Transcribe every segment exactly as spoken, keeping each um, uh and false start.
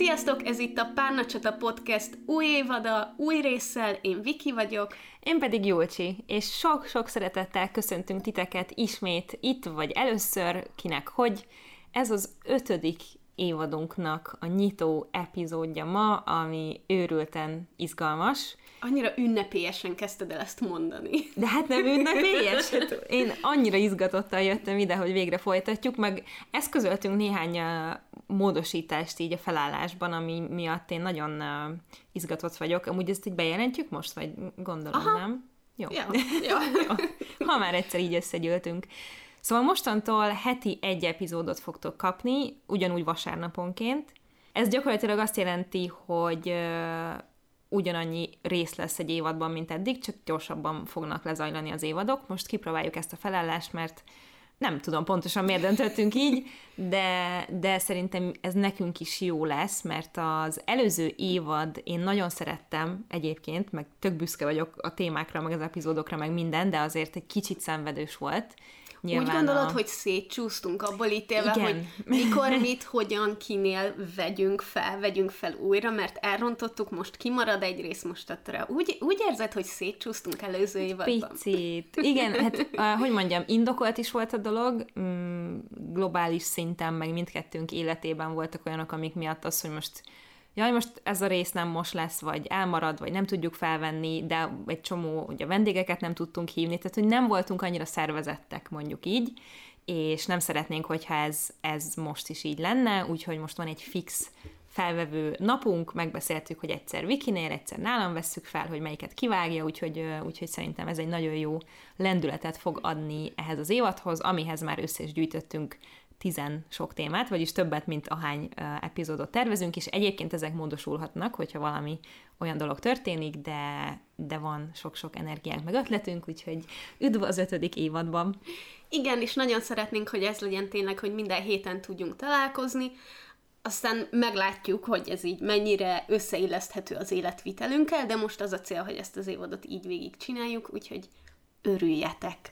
Sziasztok, ez itt a Párnacsata Podcast új évada, új résszel, én Viki vagyok. Én pedig Julcsi, és sok-sok szeretettel köszöntünk titeket ismét itt vagy először, kinek hogy. Ez az ötödik évadunknak a nyitó epizódja ma, ami őrülten izgalmas. Annyira ünnepélyesen kezdted el ezt mondani. De hát nem ünnepélyes. Hát én annyira izgatottan jöttem ide, hogy végre folytatjuk, meg eszközöltünk néhány módosítást így a felállásban, ami miatt én nagyon izgatott vagyok. Amúgy ezt így bejelentjük most, vagy gondolom, aha. Nem? Jó. Ja, ja. Jó. Ha már egyszer így összegyűltünk. Szóval mostantól heti egy epizódot fogtok kapni, ugyanúgy vasárnaponként. Ez gyakorlatilag azt jelenti, hogy ugyanannyi rész lesz egy évadban, mint eddig, csak gyorsabban fognak lezajlani az évadok. Most kipróbáljuk ezt a felállást, mert nem tudom pontosan miért döntöttünk így, de, de szerintem ez nekünk is jó lesz, mert az előző évad én nagyon szerettem egyébként, meg tök büszke vagyok a témákra, meg az epizódokra, meg minden, de azért egy kicsit szenvedős volt. Nyilván úgy gondolod, a... hogy szétcsúsztunk abból ítélve, igen. Hogy mikor, mit, hogyan, kinél vegyünk fel, vegyünk fel újra, mert elrontottuk, most kimarad egy rész, most attól. Úgy, úgy érzed, hogy szétcsúsztunk előző évadban? Picit. Igen, hát hogy mondjam, indokolt is volt a dolog, globális szinten, meg mindkettőnk életében voltak olyanok, amik miatt az, hogy most jaj, most ez a rész nem most lesz, vagy elmarad, vagy nem tudjuk felvenni, de egy csomó, ugye vendégeket nem tudtunk hívni, tehát hogy nem voltunk annyira szervezettek, mondjuk így, és nem szeretnénk, hogyha ez, ez most is így lenne, úgyhogy most van egy fix felvevő napunk, megbeszéltük, hogy egyszer Vikinél, egyszer nálam vesszük fel, hogy melyiket kivágja, úgyhogy, úgyhogy szerintem ez egy nagyon jó lendületet fog adni ehhez az évadhoz, amihez már össze is gyűjtöttünk tizen sok témát, vagyis többet, mint ahány uh, epizódot tervezünk, és egyébként ezek módosulhatnak, hogyha valami olyan dolog történik, de, de van sok-sok energiánk, meg ötletünk, úgyhogy üdv az ötödik évadban. Igen, és nagyon szeretnénk, hogy ez legyen tényleg, hogy minden héten tudjunk találkozni, aztán meglátjuk, hogy ez így mennyire összeilleszthető az életvitelünkkel, de most az a cél, hogy ezt az évadot így végig csináljuk, úgyhogy örüljetek!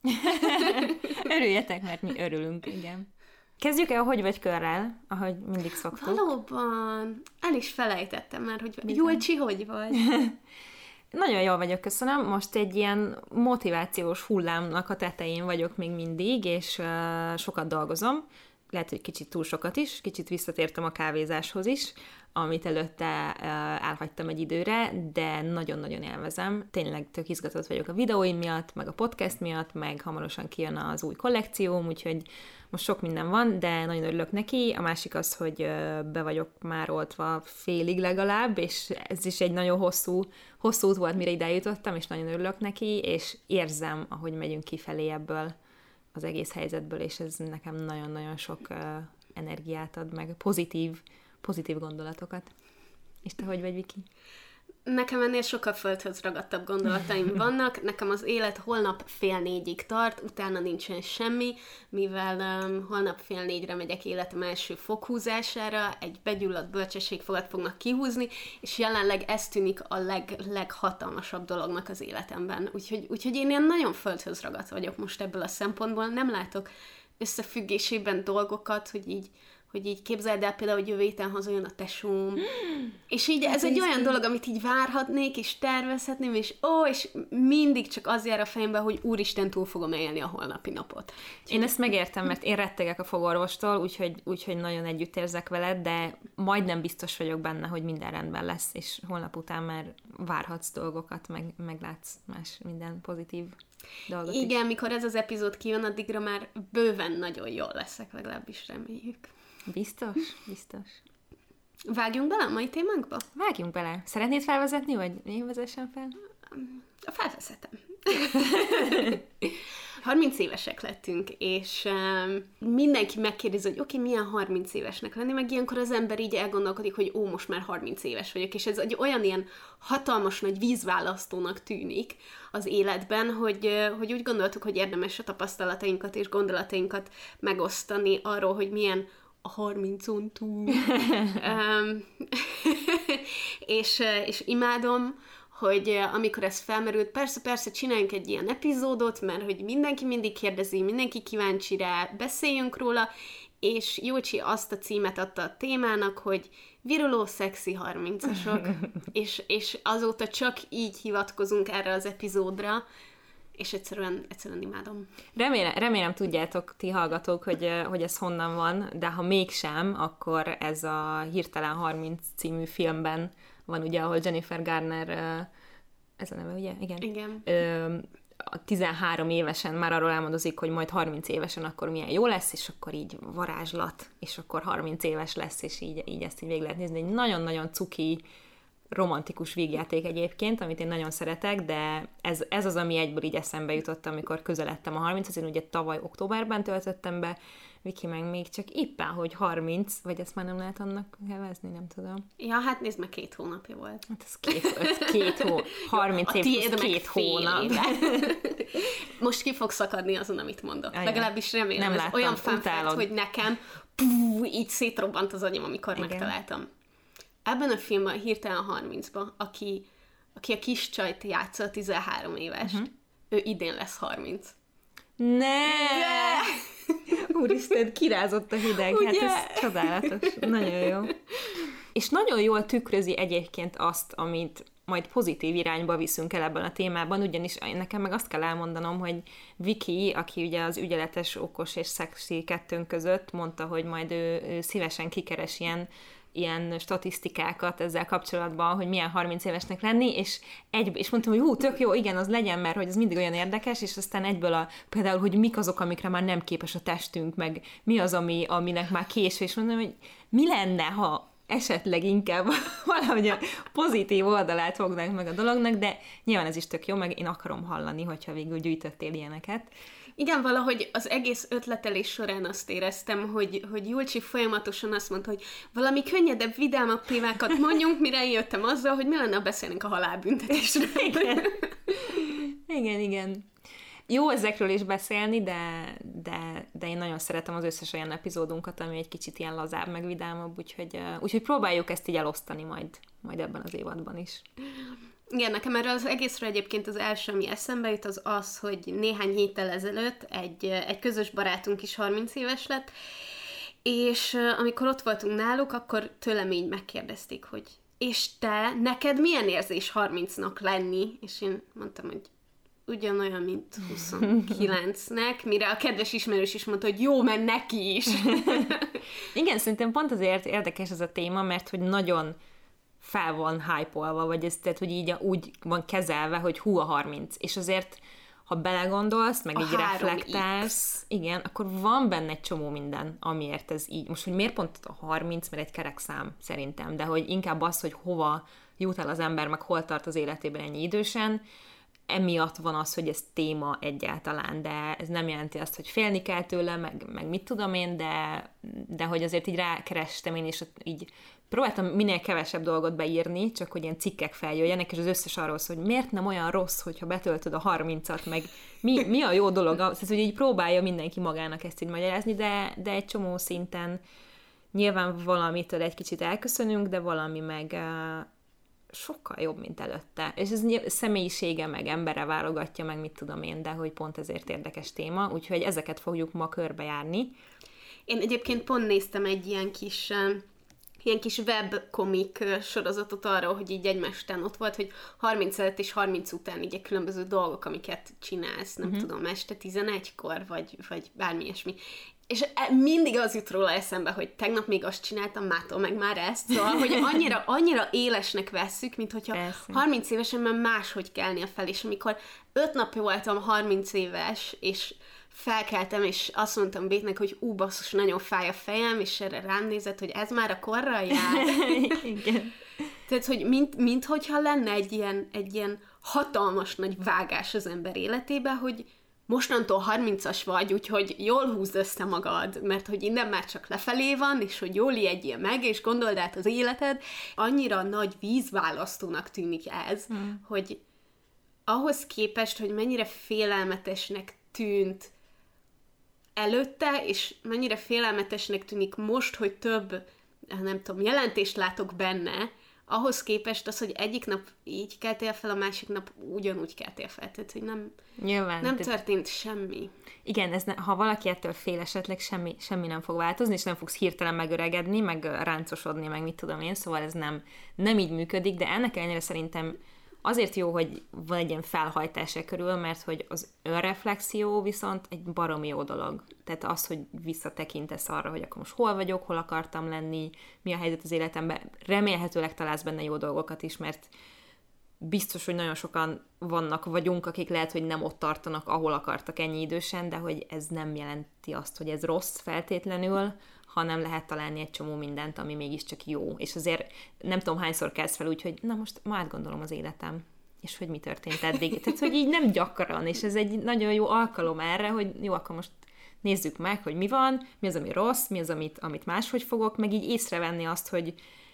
Örüljetek, mert mi örülünk, igen. Kezdjük el, hogy vagy körrel, ahogy mindig szoktuk. Valóban. El is felejtettem már, hogy Julcsi, hogy vagy? Nagyon jól vagyok, köszönöm. Most egy ilyen motivációs hullámnak a tetején vagyok még mindig, és uh, sokat dolgozom. Lehet, hogy kicsit túl sokat is, kicsit visszatértem a kávézáshoz is, amit előtte uh, elhagytam egy időre, de nagyon-nagyon élvezem. Tényleg tök izgatott vagyok a videóim miatt, meg a podcast miatt, meg hamarosan kijön az új kollekcióm, úgyhogy most sok minden van, de nagyon örülök neki. A másik az, hogy uh, be vagyok már oltva félig legalább, és ez is egy nagyon hosszú, hosszú út volt, mire ide jutottam, és nagyon örülök neki, és érzem, ahogy megyünk kifelé ebből az egész helyzetből, és ez nekem nagyon-nagyon sok uh, energiát ad, meg pozitív, pozitív gondolatokat. És te hogy vagy, Viki? Nekem ennél sokkal földhöz ragadtabb gondolataim vannak. Nekem az élet holnap fél négyig tart, utána nincsen semmi, mivel um, holnap fél négyre megyek életem első foghúzására, egy begyulladt bölcsességfogat fognak kihúzni, és jelenleg ez tűnik a leg, leghatalmasabb dolognak az életemben. Úgyhogy, úgyhogy én ilyen nagyon földhöz ragadt vagyok most ebből a szempontból. Nem látok összefüggésében dolgokat, hogy így hogy így képzeld el például, hogy jövő héten hazajön a tesóm. Mm. És így ez egy olyan dolog, amit így várhatnék, és tervezhetném, és ó, és mindig csak az jár a fejembe, hogy úristen, túl fogom élni a holnapi napot. Én ezt megértem, mert én rettegek a fogorvostól, úgyhogy, úgyhogy nagyon együtt érzek veled, de majdnem biztos vagyok benne, hogy minden rendben lesz, és holnap után már várhatsz dolgokat, meg, meglátsz más minden pozitív dolgot. Igen, is. Mikor ez az epizód kijön, addigra már bőven nagyon jól leszek, legalábbis reméljük. Biztos, biztos. Vágjunk bele a mai témánkba? Vágjunk bele. Szeretnéd felvezetni, vagy én vezessem fel? Felvezetem. harminc évesek lettünk, és um, mindenki megkérdezi, hogy oké, okay, milyen harminc évesnek lenni, meg ilyenkor az ember így elgondolkodik, hogy ó, most már harminc éves vagyok, és ez egy olyan ilyen hatalmas nagy vízválasztónak tűnik az életben, hogy, hogy úgy gondoltuk, hogy érdemes a tapasztalatainkat és gondolatainkat megosztani arról, hogy milyen a harmincon túl. um, és, és imádom, hogy amikor ez felmerült, persze-persze csináljunk egy ilyen epizódot, mert hogy mindenki mindig kérdezi, mindenki kíváncsi rá, beszéljünk róla, és Jócsi azt a címet adta a témának, hogy viruló szexi harmincasok, és, és azóta csak így hivatkozunk erre az epizódra, és egyszerűen, egyszerűen imádom. Remélem, remélem tudjátok, ti hallgatók, hogy, hogy ez honnan van, de ha mégsem, akkor ez a Hirtelen harminc című filmben van, ugye, ahol Jennifer Garner, ez a neve, ugye? Igen. Igen. A tizenhárom évesen már arról elmondozik, hogy majd harminc évesen akkor milyen jó lesz, és akkor így varázslat, és akkor harminc éves lesz, és így, így ezt így végig lehet nézni. Egy nagyon-nagyon cuki, romantikus vígjáték egyébként, amit én nagyon szeretek, de ez, ez az, ami egyből így eszembe jutott, amikor közeledtem a harminchoz. Én ugye tavaly októberben töltöttem be, Viki meg még csak éppen, hogy harminc, vagy ezt már nem lehet annak nevezni, nem tudom. Ja, hát nézd meg, két hónapja volt. Hát ez két, két hó, harminc év plusz két hónap. Most ki fog szakadni azon, amit mondok. Ajaj. Legalábbis remélem. Nem ez láttam, olyan fun fact, hogy nekem pú, így szétrobbant az agyam, amikor igen. megtaláltam. Ebben a filmben, Hirtelen harmincban, aki, aki a kis csajt játsza, tizenhárom éves, uh-huh. ő idén lesz harminc. Ne! De! Úristen, kirázott a hideg. Ugye? Hát ez csodálatos. Nagyon jó. És nagyon jól tükrözi egyébként azt, amit majd pozitív irányba viszünk el ebben a témában, ugyanis nekem meg azt kell elmondanom, hogy Viki, aki ugye az ügyeletes, okos és szexi kettőnk között mondta, hogy majd ő, ő szívesen kikeres ilyen ilyen statisztikákat ezzel kapcsolatban, hogy milyen harminc évesnek lenni, és, egy, és mondtam, hogy hú, tök jó, igen, az legyen, mert hogy ez mindig olyan érdekes, és aztán egyből a, például, hogy mik azok, amikre már nem képes a testünk, meg mi az, ami, aminek már késő, és mondom, hogy mi lenne, ha esetleg inkább valahogy a pozitív oldalát fognánk meg a dolognak, de nyilván ez is tök jó, meg én akarom hallani, hogyha végül gyűjtöttél ilyeneket. Igen, valahogy az egész ötletelés során azt éreztem, hogy, hogy Julcsi folyamatosan azt mondta, hogy valami könnyedebb, vidámabb témákat mondjunk, mire jöttem azzal, hogy mi lenne, ha beszélnénk a halálbüntetésről. Igen. igen, igen. Jó ezekről is beszélni, de, de, de én nagyon szeretem az összes olyan epizódunkat, ami egy kicsit ilyen lazább, meg vidámabb, úgyhogy, úgyhogy próbáljuk ezt így elosztani majd, majd ebben az évadban is. Igen, nekem erről az egészről egyébként az első, ami eszembe jut, az az, hogy néhány héttel ezelőtt egy, egy közös barátunk is harminc éves lett, és amikor ott voltunk náluk, akkor tőlem így megkérdezték, hogy és te, neked milyen érzés harmincnak lenni? És én mondtam, hogy ugyanolyan, mint huszonkilencnek, mire a kedves ismerős is mondta, hogy jó, mert neki is. Igen, szerintem pont azért érdekes ez a téma, mert hogy nagyon fel van hype-olva, vagy ez, tehát, hogy így úgy van kezelve, hogy hú a harminc. És azért, ha belegondolsz, meg a így reflektálsz, igen, akkor van benne egy csomó minden, amiért ez így. Most, hogy miért pont a harminc, mert egy kerek szám szerintem, de hogy inkább az, hogy hova jut el az ember, meg hol tart az életében ennyi idősen, emiatt van az, hogy ez téma egyáltalán, de ez nem jelenti azt, hogy félni kell tőle, meg, meg mit tudom én, de, de hogy azért így rákerestem én, és így próbáltam minél kevesebb dolgot beírni, csak hogy ilyen cikkek feljöjjenek, és az összes arról szól, hogy miért nem olyan rossz, hogyha betöltöd a harmincat, meg mi, mi a jó dolog, tehát hogy így próbálja mindenki magának ezt így magyarázni, de, de egy csomó szinten nyilván valamitől egy kicsit elköszönünk, de valami meg uh, sokkal jobb, mint előtte. És ez személyisége meg embere válogatja, meg mit tudom én, de hogy pont ezért érdekes téma, úgyhogy ezeket fogjuk ma körbejárni. Én egyébként pont néztem egy ilyen kis ilyen kis webkomik sorozatot arról, hogy így egymás után ott volt, hogy harminc előtt és harminc után így különböző dolgok, amiket csinálsz, nem uh-huh. tudom, este tizenegykor, vagy, vagy bármi ilyesmi. És mindig az jut róla eszembe, hogy tegnap még azt csináltam, mától meg már ezt, szóval, hogy annyira, annyira élesnek vesszük, mint hogyha Persze. harminc évesen már máshogy kelnél fel, és amikor öt napja voltam harminc éves, és felkeltem, és azt mondtam Bétnek, hogy ú, basszus, nagyon fáj a fejem, és erre rám nézett, hogy ez már a korral jár. Igen. Tehát, hogy mint, mint hogyha lenne egy ilyen, egy ilyen hatalmas nagy vágás az ember életébe, hogy mostantól harmincas vagy, úgyhogy jól húzd össze magad, mert hogy innen már csak lefelé van, és hogy jól ijedjél meg, és gondold át az életed. Annyira nagy vízválasztónak tűnik ez, hmm. hogy ahhoz képest, hogy mennyire félelmetesnek tűnt előtte, és mennyire félelmetesnek tűnik most, hogy több, nem tudom, jelentést látok benne, ahhoz képest az, hogy egyik nap így keltél fel, a másik nap ugyanúgy keltél fel. Tehát, hogy nem, Nyilván, nem tehát... történt semmi. Igen, ez ne, ha valaki ettől fél esetleg, semmi, semmi nem fog változni, és nem fogsz hirtelen megöregedni, meg ráncosodni, meg mit tudom én, szóval ez nem, nem így működik, de ennek ellenére szerintem azért jó, hogy van egy ilyen felhajtása körül, mert hogy az önreflexió viszont egy baromi jó dolog. Tehát az, hogy visszatekintesz arra, hogy akkor most hol vagyok, hol akartam lenni, mi a helyzet az életemben, remélhetőleg találsz benne jó dolgokat is, mert biztos, hogy nagyon sokan vannak, vagyunk, akik lehet, hogy nem ott tartanak, ahol akartak ennyi idősen, de hogy ez nem jelenti azt, hogy ez rossz feltétlenül, hanem lehet találni egy csomó mindent, ami mégiscsak jó. És azért nem tudom, hányszor kezd fel úgy, hogy na most már átgondolom az életem, és hogy mi történt eddig. Tehát, hogy így nem gyakran, és ez egy nagyon jó alkalom erre, hogy jó, akkor most nézzük meg, hogy mi van, mi az, ami rossz, mi az, amit, amit máshogy fogok, meg így észrevenni azt, hogy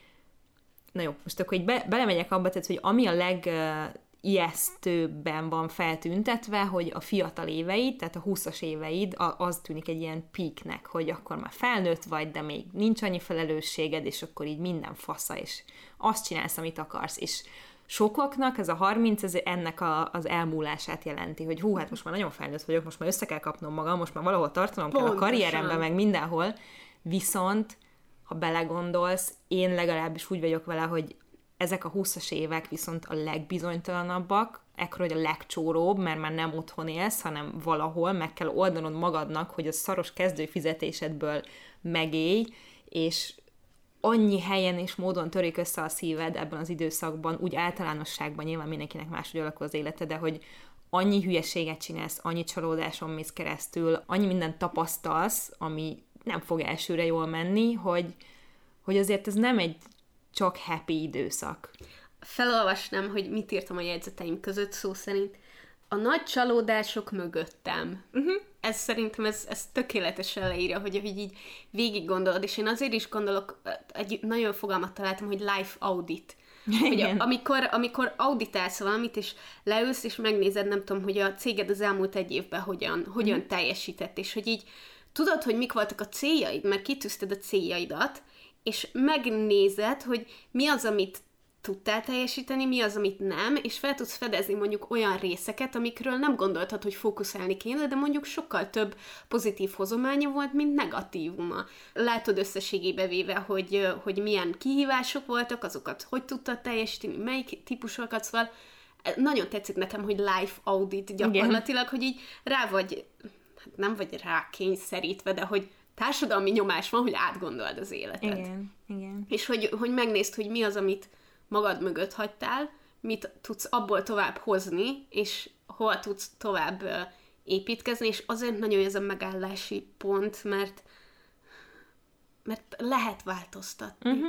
na jó, most akkor így be, belemegyek abba, tehát, hogy ami a legijesztőbben van feltüntetve, hogy a fiatal éveid, tehát a húszas éveid, az tűnik egy ilyen peaknek, hogy akkor már felnőtt vagy, de még nincs annyi felelősséged, és akkor így minden fasza, és azt csinálsz, amit akarsz, és sokaknak ez a harminc, ez ennek a, az elmúlását jelenti, hogy hú, hát most már nagyon felnőtt vagyok, most már össze kell kapnom magam, most már valahol tartanom kell a karrieremben, meg mindenhol, viszont ha belegondolsz, én legalábbis úgy vagyok vele, hogy ezek a húszas évek viszont a legbizonytalanabbak, ekkor, hogy a legcsóróbb, mert már nem otthon élsz, hanem valahol meg kell oldanod magadnak, hogy a szaros kezdőfizetésedből megélj, és annyi helyen és módon törik össze a szíved ebben az időszakban, úgy általánosságban, nyilván mindenkinek máshogy alakul az élete, de hogy annyi hülyeséget csinálsz, annyi csalódáson mész keresztül, annyi mindent tapasztalsz, ami nem fog elsőre jól menni, hogy, hogy azért ez nem egy csak happy időszak. Felolvasnám, hogy mit írtam a jegyzeteim között szó szerint. A nagy csalódások mögöttem. Uh-huh. Ez szerintem ez, ez tökéletesen leírja, hogy, hogy így végig gondolod, és én azért is gondolok, egy nagyon fogalmat találtam, hogy life audit. Hogy amikor, amikor auditálsz valamit, és leülsz, és megnézed, nem tudom, hogy a céged az elmúlt egy évben hogyan, hogyan uh-huh. teljesített, és hogy így tudod, hogy mik voltak a céljaid, mert kitűzted a céljaidat, és megnézed, hogy mi az, amit tudtál teljesíteni, mi az, amit nem, és fel tudsz fedezni mondjuk olyan részeket, amikről nem gondoltad, hogy fókuszálni kéne, de mondjuk sokkal több pozitív hozománya volt, mint negatívuma. Látod összességébe véve, hogy, hogy milyen kihívások voltak, azokat hogy tudtad teljesíteni, melyik típusokat, szóval nagyon tetszik nekem, hogy life audit gyakorlatilag, igen. Hogy így rá vagy, hát nem vagy rá kényszerítve, de hogy társadalmi nyomás van, hogy átgondold az életed. Igen, igen. És hogy, hogy megnézd, hogy mi az, amit magad mögött hagytál, mit tudsz abból tovább hozni, és hol tudsz tovább uh, építkezni, és azért nagyon ez a megállási pont, mert mert lehet változtatni. Uh-huh.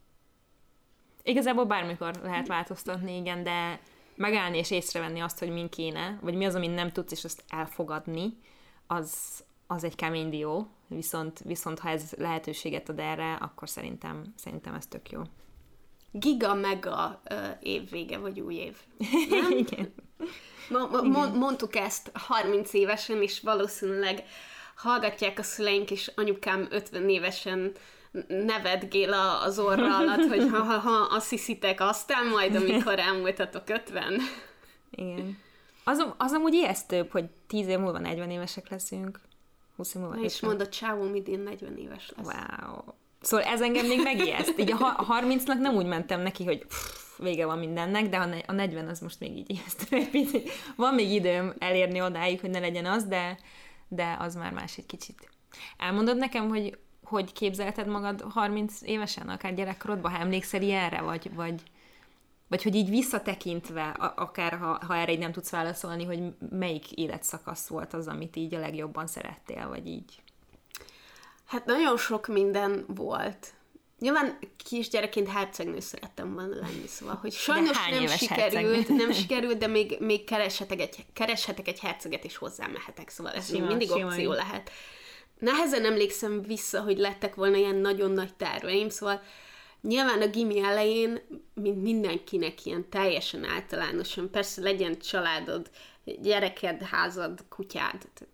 Igazából bármikor lehet változtatni, igen, de megállni és észrevenni azt, hogy min kéne, vagy mi az, amit nem tudsz, és azt elfogadni, az, az egy kemény dió, viszont, viszont ha ez lehetőséget ad erre, akkor szerintem, szerintem ez tök jó. Giga-mega uh, évvége, vagy új év. Nem? Igen. Ma, ma, Igen. Mondtuk ezt harminc évesen, és valószínűleg hallgatják a szüleink, és anyukám ötven évesen nevetgél az orra alatt, hogy ha, ha, ha azt hiszitek, aztán majd, amikor elmúltatok ötven. Igen. Az, az amúgy ijesztőbb, hogy tíz év múlva negyven évesek leszünk. húsz év múlva ötven. És mondod, csávóm idén negyven éves lesz. Wow. Szóval ez engem még megijeszt. Így a harmincnak nem úgy mentem neki, hogy pff, vége van mindennek, de a negyven az most még így ijesztő. Van még időm elérni odáig, hogy ne legyen az, de, de az már más egy kicsit. Elmondod nekem, hogy hogy képzelted magad harminc évesen, akár gyerekkorodban, ha emlékszel ilyenre, vagy, vagy, vagy hogy így visszatekintve, akár ha, ha erre így nem tudsz válaszolni, hogy melyik életszakasz volt az, amit így a legjobban szerettél, vagy így? Hát nagyon sok minden volt. Nyilván kisgyerekként hercegnő szerettem volna lenni, szóval, hogy sajnos nem sikerült, nem sikerült, de még, még kereshetek, egy, kereshetek egy herceget, és hozzámehetek, szóval ez sima, mindig sima. Opció lehet. Nehezen emlékszem vissza, hogy lettek volna ilyen nagyon nagy terveim, szóval nyilván a gimi elején, mint mindenkinek ilyen teljesen általánosan, persze legyen családod, gyereked, házad, kutyád,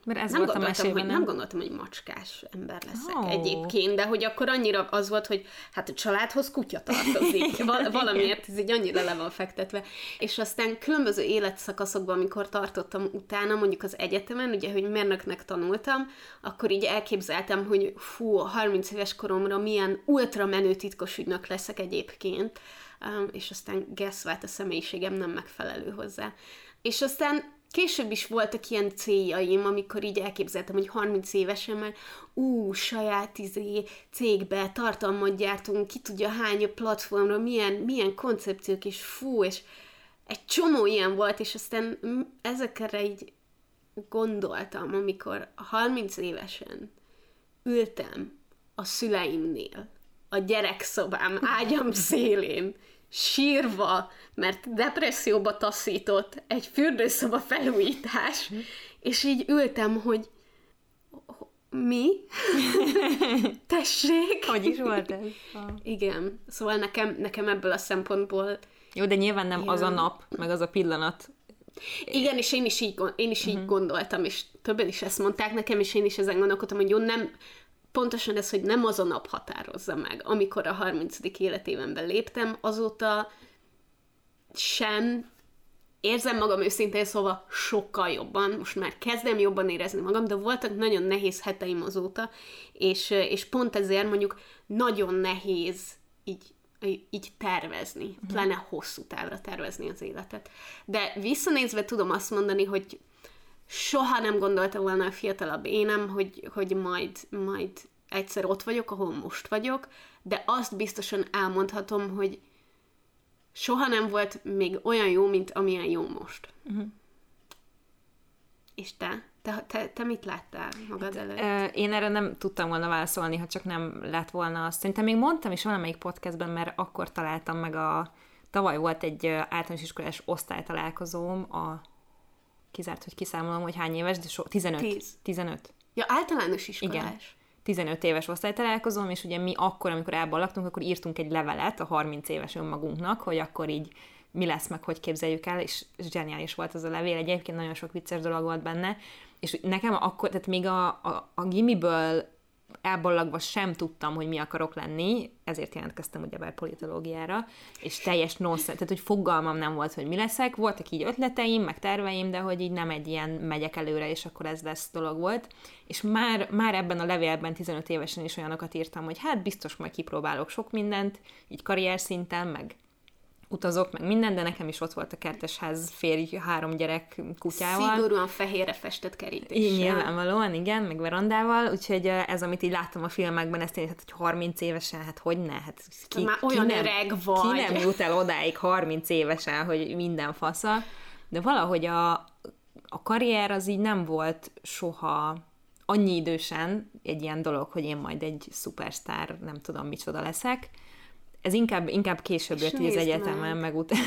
Mert ez nem volt a gondoltam, mesében, hogy, nem? nem gondoltam, hogy macskás ember leszek Ó. oh. egyébként, de hogy akkor annyira az volt, hogy hát a családhoz kutya tartozik. Val- valamiért ez így annyira le van fektetve. És aztán különböző életszakaszokban, amikor tartottam utána, mondjuk az egyetemen, ugye, hogy mérnöknek tanultam, akkor így elképzeltem, hogy fú, harminc éves koromra milyen ultra menő titkos ügynök leszek egyébként, um, és aztán guess what, a személyiségem nem megfelelő hozzá. És aztán később is voltak ilyen céljaim, amikor így elképzeltem, hogy harminc évesen már ú, saját izé, cégbe tartalmat gyártunk, ki tudja hány platformra, milyen, milyen koncepciók, és fú, és egy csomó ilyen volt, és aztán ezekre így gondoltam, amikor harminc évesen ültem a szüleimnél, a gyerekszobám ágyam szélén, sírva, mert depresszióba taszított egy fürdőszoba felújítás, és így ültem, hogy mi? Tessék? Hogy is volt ez? Igen. Szóval nekem, nekem ebből a szempontból... Jó, de nyilván nem Igen. az a nap, meg az a pillanat. Igen, és én is így, én is így uh-huh. gondoltam, és többen is ezt mondták nekem, és én is ezen gondolkodtam, hogy jó, nem... Pontosan ez, hogy nem az a nap határozza meg. Amikor a harmincadik életévenben léptem, azóta sem érzem magam őszintén, szóval sokkal jobban. Most már kezdem jobban érezni magam, de voltak nagyon nehéz heteim azóta, és, és pont ezért mondjuk nagyon nehéz így, így tervezni, pláne hosszú távra tervezni az életet. De visszanézve tudom azt mondani, hogy soha nem gondolta volna a fiatalabb énem, hogy, hogy majd, majd egyszer ott vagyok, ahol most vagyok, de azt biztosan elmondhatom, hogy soha nem volt még olyan jó, mint amilyen jó most. Uh-huh. És te? Te, te? te mit láttál magad előtt? Én erre nem tudtam volna válaszolni, ha csak nem lett volna azt. Szerintem még mondtam is valamelyik podcastben, mert akkor találtam meg a... Tavaly volt egy általános iskolás osztálytalálkozóm, a kizárt, hogy kiszámolom, hogy hány éves, de so, tizenöt. Tíz. tizenöt. Ja, általános iskolás. Igen. tizenöt éves osztálytalálkozóm, és ugye mi akkor, amikor abban laktunk, akkor írtunk egy levelet a harminc éves önmagunknak, hogy akkor így mi lesz, meg hogy képzeljük el, és, és zseniális volt az a levél, egyébként nagyon sok vicces dolog volt benne, és nekem akkor, tehát még a, a, a gimiből elballagva sem tudtam, hogy mi akarok lenni, ezért jelentkeztem ugyebár politológiára, és teljes nonsense, tehát hogy fogalmam nem volt, hogy mi leszek, voltak így ötleteim, meg terveim, de hogy így nem egy ilyen megyek előre, és akkor ez lesz dolog volt, és már, már ebben a levélben tizenöt évesen is olyanokat írtam, hogy hát biztos majd kipróbálok sok mindent, így karrier szinten, meg utazok, meg minden, de nekem is ott volt a kertesház, férj, három gyerek kutyával. Szigorúan fehérre festett kerítéssel. Így nyilvánvalóan, igen, meg verandával, úgyhogy ez, amit így láttam a filmekben, ezt én, hát, hogy harminc évesen, hát hogy ne? Hát ki, már olyan ki nem, öreg vagy. Ki nem jut el odáig harminc évesen, hogy minden fasza, de valahogy a, a karrier az így nem volt soha annyi idősen egy ilyen dolog, hogy én majd egy szupersztár, nem tudom micsoda leszek. Ez inkább, inkább később jött az egyetemen, meg, meg utána.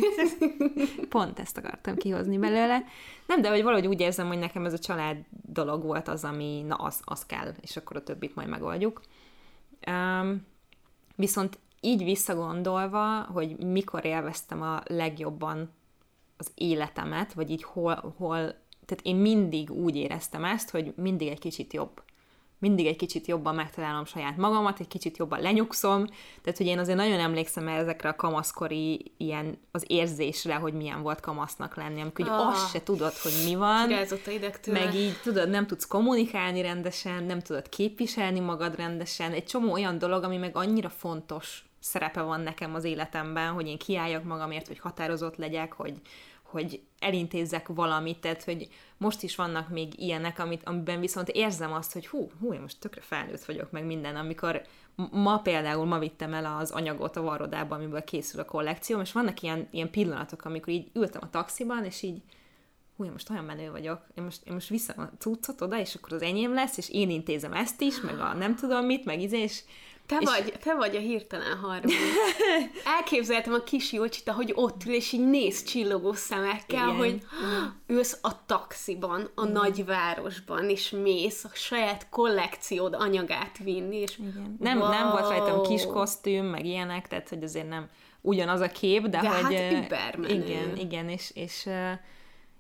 Pont ezt akartam kihozni belőle. Nem, de hogy valahogy úgy érzem, hogy nekem ez a család dolog volt az, ami, na, az, az kell, és akkor a többit majd megoldjuk. Um, viszont így visszagondolva, hogy mikor élveztem a legjobban az életemet, vagy így hol, hol, tehát én mindig úgy éreztem ezt, hogy mindig egy kicsit jobb. Mindig egy kicsit jobban megtalálom saját magamat, egy kicsit jobban lenyugszom, tehát hogy én azért nagyon emlékszem ezekre a kamaszkori ilyen az érzésre, hogy milyen volt kamasznak lenni, amikor oh, azt se tudod, hogy mi van, meg így tudod, nem tudsz kommunikálni rendesen, nem tudod képviselni magad rendesen, egy csomó olyan dolog, ami meg annyira fontos szerepe van nekem az életemben, hogy én kiálljak magamért, hogy határozott legyek, hogy hogy elintézzek valamit, tehát, hogy most is vannak még ilyenek, amit, amiben viszont érzem azt, hogy hú, hú, én most tökre felnőtt vagyok, meg minden, amikor ma például, ma vittem el az anyagot a varrodába, amiből készül a kollekcióm, és vannak ilyen, ilyen pillanatok, amikor így ültem a taxiban, és így hú, én most olyan menő vagyok, én most, én most viszem a cuccot oda, és akkor az enyém lesz, és én intézem ezt is, meg a nem tudom mit, meg íze, és Te, és... vagy, te vagy a hirtelen harmadik. Elképzeltem a kis Julcsit, ahogy ott ül, és így néz csillogó szemekkel, igen, hogy ülsz a taxiban, a igen, nagyvárosban, és mész a saját kollekciód anyagát vinni, és igen. Nem, wow. nem volt rajtam kis kosztüm, meg ilyenek, tehát hogy azért nem ugyanaz a kép, de, de hogy... hát übermenő. Igen, igen, és, és,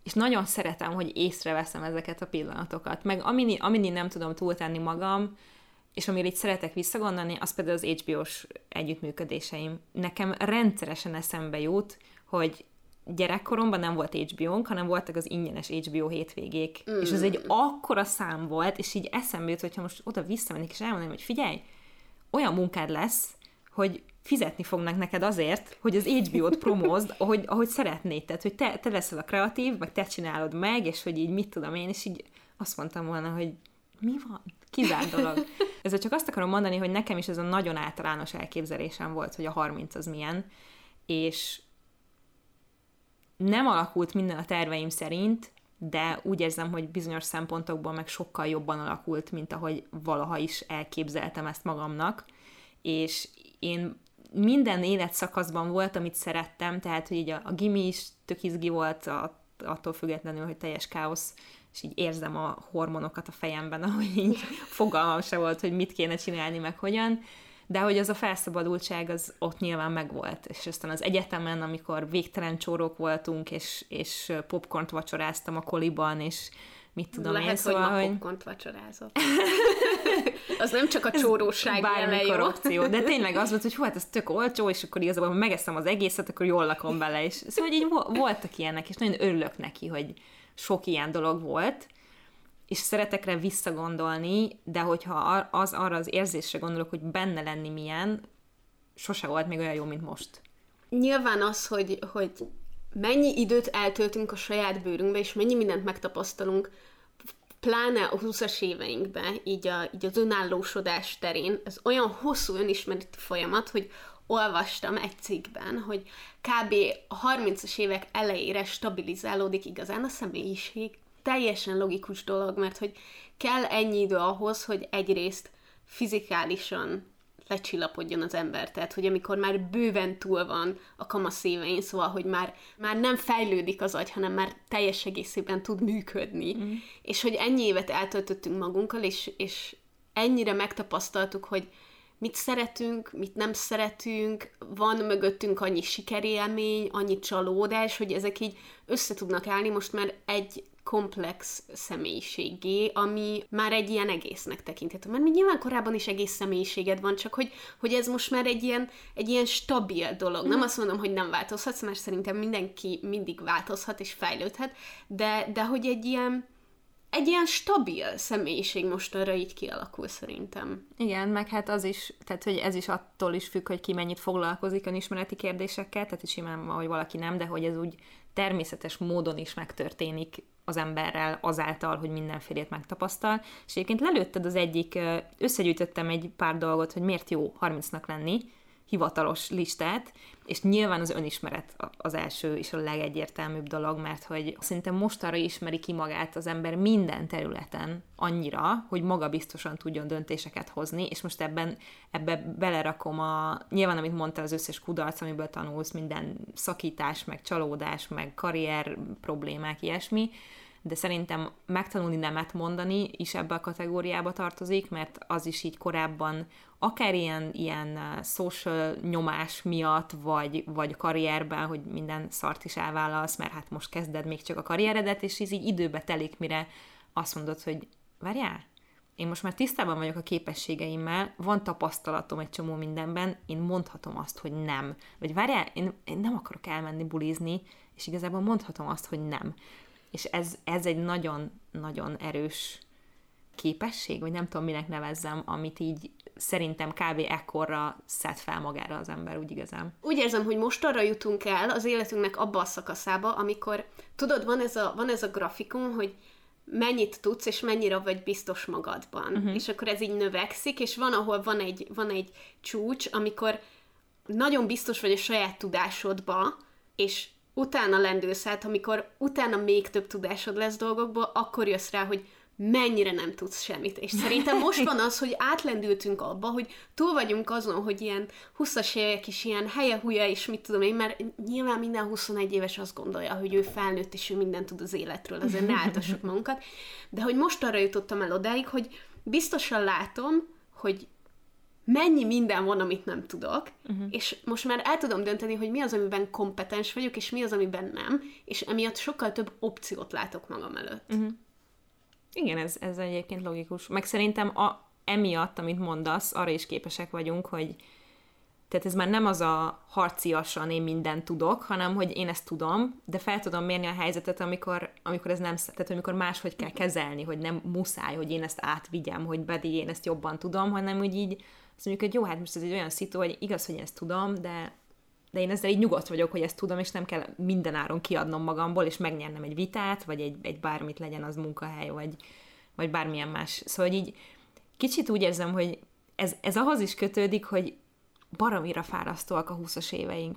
és nagyon szeretem, hogy észreveszem ezeket a pillanatokat. Meg amini, amini nem tudom túltenni magam, és amire itt szeretek visszagondolni, az például az há bé ó-s együttműködéseim. Nekem rendszeresen eszembe jut, hogy gyerekkoromban nem volt há bé ó-nk, hanem voltak az ingyenes há bé ó hétvégék. Mm. És az egy akkora szám volt, és így eszembe jut, hogyha most oda visszamennék, és elmondanám, hogy figyelj, olyan munkád lesz, hogy fizetni fognak neked azért, hogy az há bé ó-t promózd, ahogy, ahogy szeretnéd. Tehát, hogy te, te leszel a kreatív, meg te csinálod meg, és hogy így mit tudom én, és így azt mondtam volna, hogy mi van? Kizárt dolog. Ezzel csak azt akarom mondani, hogy nekem is ez a nagyon általános elképzelésem volt, hogy a harminc az milyen, és nem alakult minden a terveim szerint, de úgy érzem, hogy bizonyos szempontokból meg sokkal jobban alakult, mint ahogy valaha is elképzeltem ezt magamnak, és én minden életszakaszban volt, amit szerettem, tehát, hogy így a, a gimi is tök izgi volt, a, attól függetlenül, hogy teljes káosz, és így érzem a hormonokat a fejemben, ahogy így fogalmam se volt, hogy mit kéne csinálni, meg hogyan, de hogy az a felszabadultság, az ott nyilván megvolt. És aztán az egyetemen, amikor végtelen csórók voltunk, és, és popcornt vacsoráztam a koliban, és mit tudom Lehet, én, szóval, hogy ma hogy... popcornt vacsorázott. Az nem csak a csóróság jele, jó? Opció, de tényleg az volt, hogy hú, hát ez tök olcsó, és akkor igazából, ha megeszem az egészet, akkor jól lakom bele. És szóval így voltak ilyenek, és nagyon örülök neki, hogy sok ilyen dolog volt, és szeretek rá visszagondolni, de hogyha az arra az érzésre gondolok, hogy benne lenni milyen, sose volt még olyan jó, mint most. Nyilván az, hogy, hogy mennyi időt eltöltünk a saját bőrünkbe, és mennyi mindent megtapasztalunk, pláne a húszas éveinkben, így, a, így az önállósodás terén, ez olyan hosszú önismereti folyamat, hogy olvastam egy cikkben, hogy kb. A harmincas évek elejére stabilizálódik igazán a személyiség. Teljesen logikus dolog, mert hogy kell ennyi idő ahhoz, hogy egyrészt fizikálisan lecsillapodjon az ember. Tehát, hogy amikor már bőven túl van a kamasz évein, szóval, hogy már, már nem fejlődik az agy, hanem már teljes egészében tud működni. Mm. És hogy ennyi évet eltöltöttünk magunkkal, és, és ennyire megtapasztaltuk, hogy mit szeretünk, mit nem szeretünk, van mögöttünk annyi sikerélmény, annyi csalódás, hogy ezek így össze tudnak állni most már egy komplex személyiségé, ami már egy ilyen egésznek tekinthető. Mert nyilván korábban is egész személyiséged van, csak hogy, hogy ez most már egy ilyen, egy ilyen stabil dolog. Nem azt mondom, hogy nem változhatsz, mert szerintem mindenki mindig változhat és fejlődhet, de, de hogy egy ilyen egy ilyen stabil személyiség mostanra így kialakul szerintem. Igen, meg hát az is, tehát hogy ez is attól is függ, hogy ki mennyit foglalkozik önismereti kérdésekkel, tehát hogy simán, hogy valaki nem, de hogy ez úgy természetes módon is megtörténik az emberrel azáltal, hogy mindenfélét megtapasztal. És egyébként lelőtted az egyik, összegyűjtöttem egy pár dolgot, hogy miért jó harmincnak lenni, hivatalos listát, és nyilván az önismeret az első és a legegyértelműbb dolog, mert hogy szerintem mostanra ismeri ki magát az ember minden területen annyira, hogy magabiztosan tudjon döntéseket hozni, és most ebben ebbe belerakom a, nyilván amit mondtál, az összes kudarc, amiből tanulsz, minden szakítás, meg csalódás, meg karrier problémák, ilyesmi, de szerintem megtanulni nemet mondani is ebbe a kategóriába tartozik, mert az is így korábban akár ilyen, ilyen social nyomás miatt, vagy, vagy karrierben, hogy minden szart is elvállalsz, mert hát most kezded még csak a karrieredet, és ez így időbe telik, mire azt mondod, hogy várjál, én most már tisztában vagyok a képességeimmel, van tapasztalatom egy csomó mindenben, én mondhatom azt, hogy nem. Vagy várjál, én, én nem akarok elmenni bulizni, és igazából mondhatom azt, hogy nem. És ez, ez egy nagyon-nagyon erős képesség, vagy nem tudom, minek nevezzem, amit így szerintem kb. Ekkorra szed fel magára az ember, úgy igazán. Úgy érzem, hogy most arra jutunk el az életünknek abba a szakaszába, amikor, tudod, van ez a, van ez a grafikon, hogy mennyit tudsz, és mennyire vagy biztos magadban. Uh-huh. És akkor ez így növekszik, és van, ahol van egy, van egy csúcs, amikor nagyon biztos vagy a saját tudásodba, és utána lendülsz át, amikor utána még több tudásod lesz dolgokból, akkor jössz rá, hogy mennyire nem tudsz semmit. És szerintem most van az, hogy átlendültünk abba, hogy túl vagyunk azon, hogy ilyen huszas évek is ilyen helye-húja, és mit tudom én, mert nyilván minden huszonegy éves azt gondolja, hogy ő felnőtt, és ő mindent tud az életről, azért ne áltassuk magunkat. De hogy most arra jutottam el odáig, hogy biztosan látom, hogy mennyi minden van, amit nem tudok, uh-huh. és most már el tudom dönteni, hogy mi az, amiben kompetens vagyok, és mi az, amiben nem, és emiatt sokkal több opciót látok magam előtt. Uh-huh. Igen, ez, ez egyébként logikus. Meg szerintem a, emiatt, amit mondasz, arra is képesek vagyunk, hogy tehát ez már nem az a harciasan én mindent tudok, hanem hogy én ezt tudom, de fel tudom mérni a helyzetet, amikor, amikor ez nem, tehát amikor máshogy kell kezelni, hogy nem muszáj, hogy én ezt átvigyem, hogy pedig én ezt jobban tudom, hanem hogy így azt mondjuk, hogy jó, hát most ez egy olyan szitu, hogy igaz, hogy én ezt tudom, de, de én ezzel így nyugodt vagyok, hogy ezt tudom, és nem kell mindenáron kiadnom magamból, és megnyernem egy vitát, vagy egy, egy bármit, legyen az munkahely, vagy, vagy bármilyen más. Szóval így kicsit úgy érzem, hogy ez, ez ahhoz is kötődik, hogy baromira fárasztóak a húszas éveink.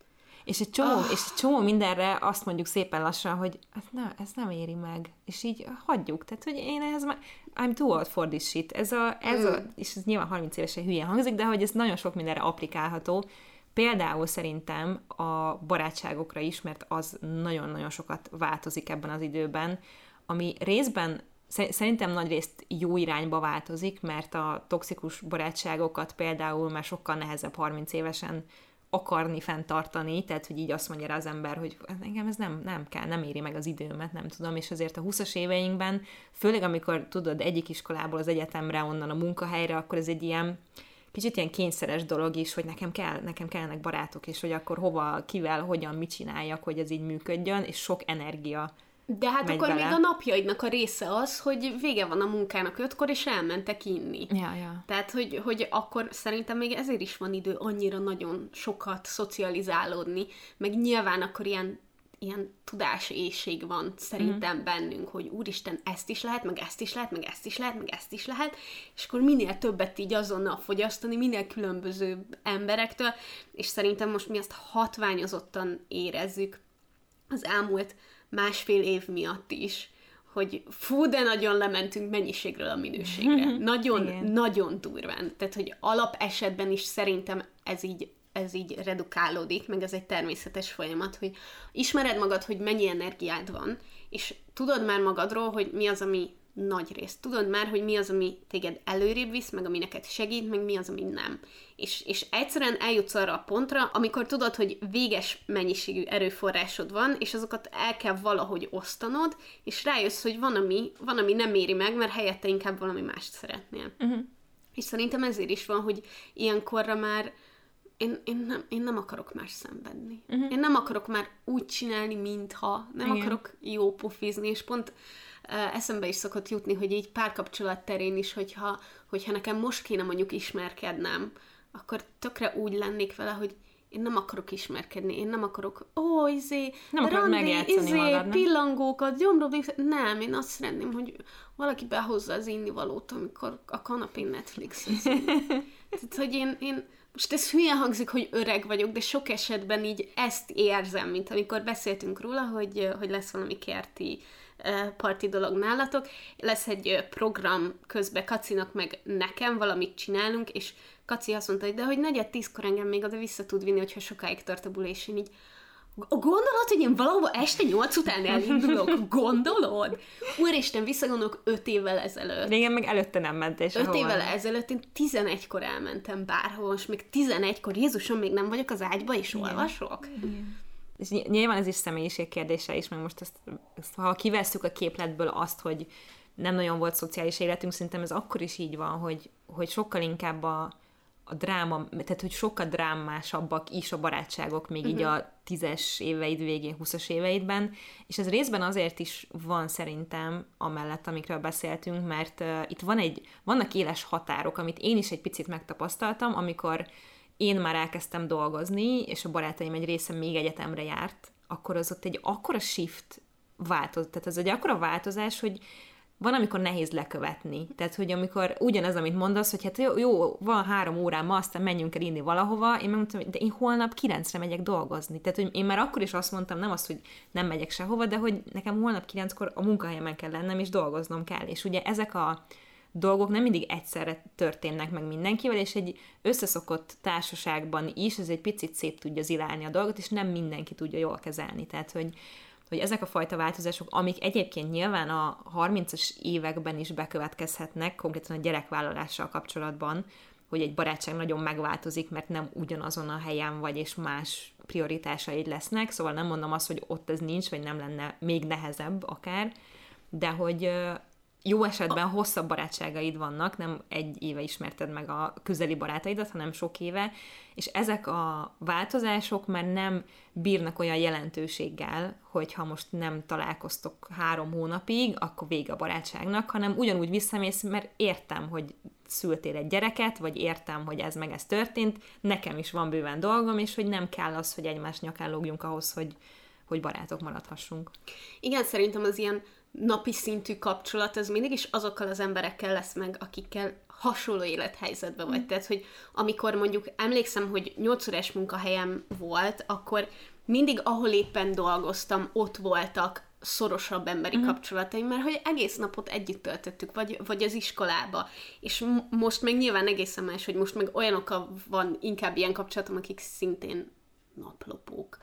És egy csomó, oh. és egy csomó mindenre azt mondjuk szépen lassan, hogy ez, ne, ez nem éri meg. És így hagyjuk. Tehát, hogy én ehhez már I'm too old for this shit. Ez a, ez a, és ez nyilván harminc évesen hülyen hangzik, de hogy ez nagyon sok mindenre applikálható. Például szerintem a barátságokra is, mert az nagyon-nagyon sokat változik ebben az időben, ami részben szerintem nagyrészt jó irányba változik, mert a toxikus barátságokat például már sokkal nehezebb harminc évesen akarni fenntartani, tehát hogy így azt mondja rá az ember, hogy engem ez nem, nem kell, nem éri meg az időmet, nem tudom, és azért a húszas éveinkben, főleg amikor tudod egyik iskolából az egyetemre, onnan a munkahelyre, akkor ez egy ilyen kicsit ilyen kényszeres dolog is, hogy nekem kell, nekem kellene barátok, és hogy akkor hova, kivel, hogyan, mit csináljak, hogy ez így működjön, és sok energia. De hát akkor bele. Még a napjaidnak a része az, hogy vége van a munkának ötkor, és elmentek inni. Ja, ja. Tehát, hogy, hogy akkor szerintem még ezért is van idő annyira nagyon sokat szocializálódni, meg nyilván akkor ilyen, ilyen tudáséhség van szerintem mm. bennünk, hogy úristen, ezt is lehet, meg ezt is lehet, meg ezt is lehet, meg ezt is lehet, és akkor minél többet így azonnal fogyasztani, minél különbözőbb emberektől, és szerintem most mi ezt hatványozottan érezzük az elmúlt másfél év miatt is, hogy fú, de nagyon lementünk mennyiségről a minőségre. Nagyon, igen. Nagyon durván. Tehát, hogy alap esetben is szerintem ez így, ez így redukálódik, meg ez egy természetes folyamat, hogy ismered magad, hogy mennyi energiád van, és tudod már magadról, hogy mi az, ami nagy rész. Tudod már, hogy mi az, ami téged előrébb visz, meg ami neked segít, meg mi az, ami nem. És, és egyszerűen eljutsz arra a pontra, amikor tudod, hogy véges mennyiségű erőforrásod van, és azokat el kell valahogy osztanod, és rájössz, hogy van, ami, van, ami nem éri meg, mert helyette inkább valami mást szeretnél. Uh-huh. És szerintem ezért is van, hogy ilyenkorra már én, én, nem, én nem akarok már szenvedni. Uh-huh. Én nem akarok már úgy csinálni, mintha. Nem igen. akarok jó pofizni, és pont eszembe is szokott jutni, hogy így párkapcsolat terén is, hogyha, hogyha nekem most kéne mondjuk ismerkednem, akkor tökre úgy lennék vele, hogy én nem akarok ismerkedni, én nem akarok, ó, izé, nem akarod megjátszani izé, magad, nem? pillangókat, gyomrodni, nem, én azt szeretném, hogy valaki behozza az innivalót, amikor a kanapén Netflixezik. Tehát, hogy én, én most ez hülyen hangzik, hogy öreg vagyok, de sok esetben így ezt érzem, mint amikor beszéltünk róla, hogy, hogy lesz valami kerti parti dolog nálatok, lesz egy program közben Kacinak meg nekem, valamit csinálunk, és Kaci azt mondta, hogy de hogy negyed tízkor engem még oda vissza tud vinni, hogyha sokáig tart a buli, és én így gondolod, hogy én valahova este nyolc után elindulok? Gondolod? Úristen, visszagondolok öt évvel ezelőtt. Régen meg előtte nem mentél sehova. Öt évvel ezelőtt én tizenegykor elmentem bárhol, most még tizenegykor, Jézusom, még nem vagyok az ágyba, és igen. olvasok? Igen. És nyilván ez is személyiség kérdése is, meg most ezt, ezt, ha kivesszük a képletből azt, hogy nem nagyon volt szociális életünk, szerintem ez akkor is így van, hogy, hogy sokkal inkább a, a dráma, tehát hogy sokkal drámásabbak is a barátságok még uh-huh. így a tízes éveid végén, húszas éveidben, és ez részben azért is van szerintem amellett, amikről beszéltünk, mert uh, itt van egy, vannak éles határok, amit én is egy picit megtapasztaltam, amikor én már elkezdtem dolgozni, és a barátaim egy része még egyetemre járt, akkor az ott egy akkora shift változ, tehát ez egy akkora változás, hogy van, amikor nehéz lekövetni. Tehát, hogy amikor ugyanez, amit mondasz, hogy hát jó, jó van három órám ma, aztán menjünk el inni valahova, én megmondtam, hogy de én holnap kilencre megyek dolgozni. Tehát, hogy én már akkor is azt mondtam, nem azt, hogy nem megyek sehova, de hogy nekem holnap kilenckor a munkahelyemen kell lennem, és dolgoznom kell. És ugye ezek a dolgok nem mindig egyszerre történnek meg mindenkivel, és egy összeszokott társaságban is ez egy picit szét tudja zilálni a dolgot, és nem mindenki tudja jól kezelni. Tehát, hogy, hogy ezek a fajta változások, amik egyébként nyilván a harmincas években is bekövetkezhetnek, konkrétan a gyerekvállalással kapcsolatban, hogy egy barátság nagyon megváltozik, mert nem ugyanazon a helyen vagy, és más prioritásaid lesznek, szóval nem mondom azt, hogy ott ez nincs, vagy nem lenne még nehezebb akár, de hogy jó esetben hosszabb barátságaid vannak, nem egy éve ismerted meg a közeli barátaidat, hanem sok éve, és ezek a változások már nem bírnak olyan jelentőséggel, hogyha most nem találkoztok három hónapig, akkor vége a barátságnak, hanem ugyanúgy visszamész, mert értem, hogy szültél egy gyereket, vagy értem, hogy ez meg ez történt, nekem is van bőven dolgom, és hogy nem kell az, hogy egymás nyakán lógjunk ahhoz, hogy, hogy barátok maradhassunk. Igen, szerintem az ilyen napi szintű kapcsolat, az mindig is azokkal az emberekkel lesz meg, akikkel hasonló élethelyzetben vagy. Mm. Tehát, hogy amikor mondjuk emlékszem, hogy nyolc órás munkahelyem volt, akkor mindig, ahol éppen dolgoztam, ott voltak szorosabb emberi mm. kapcsolataim, mert hogy egész napot együtt töltöttük, vagy, vagy az iskolába. És m- most meg nyilván egészen más, hogy most meg olyanokkal van inkább ilyen kapcsolatom, akik szintén naplopók.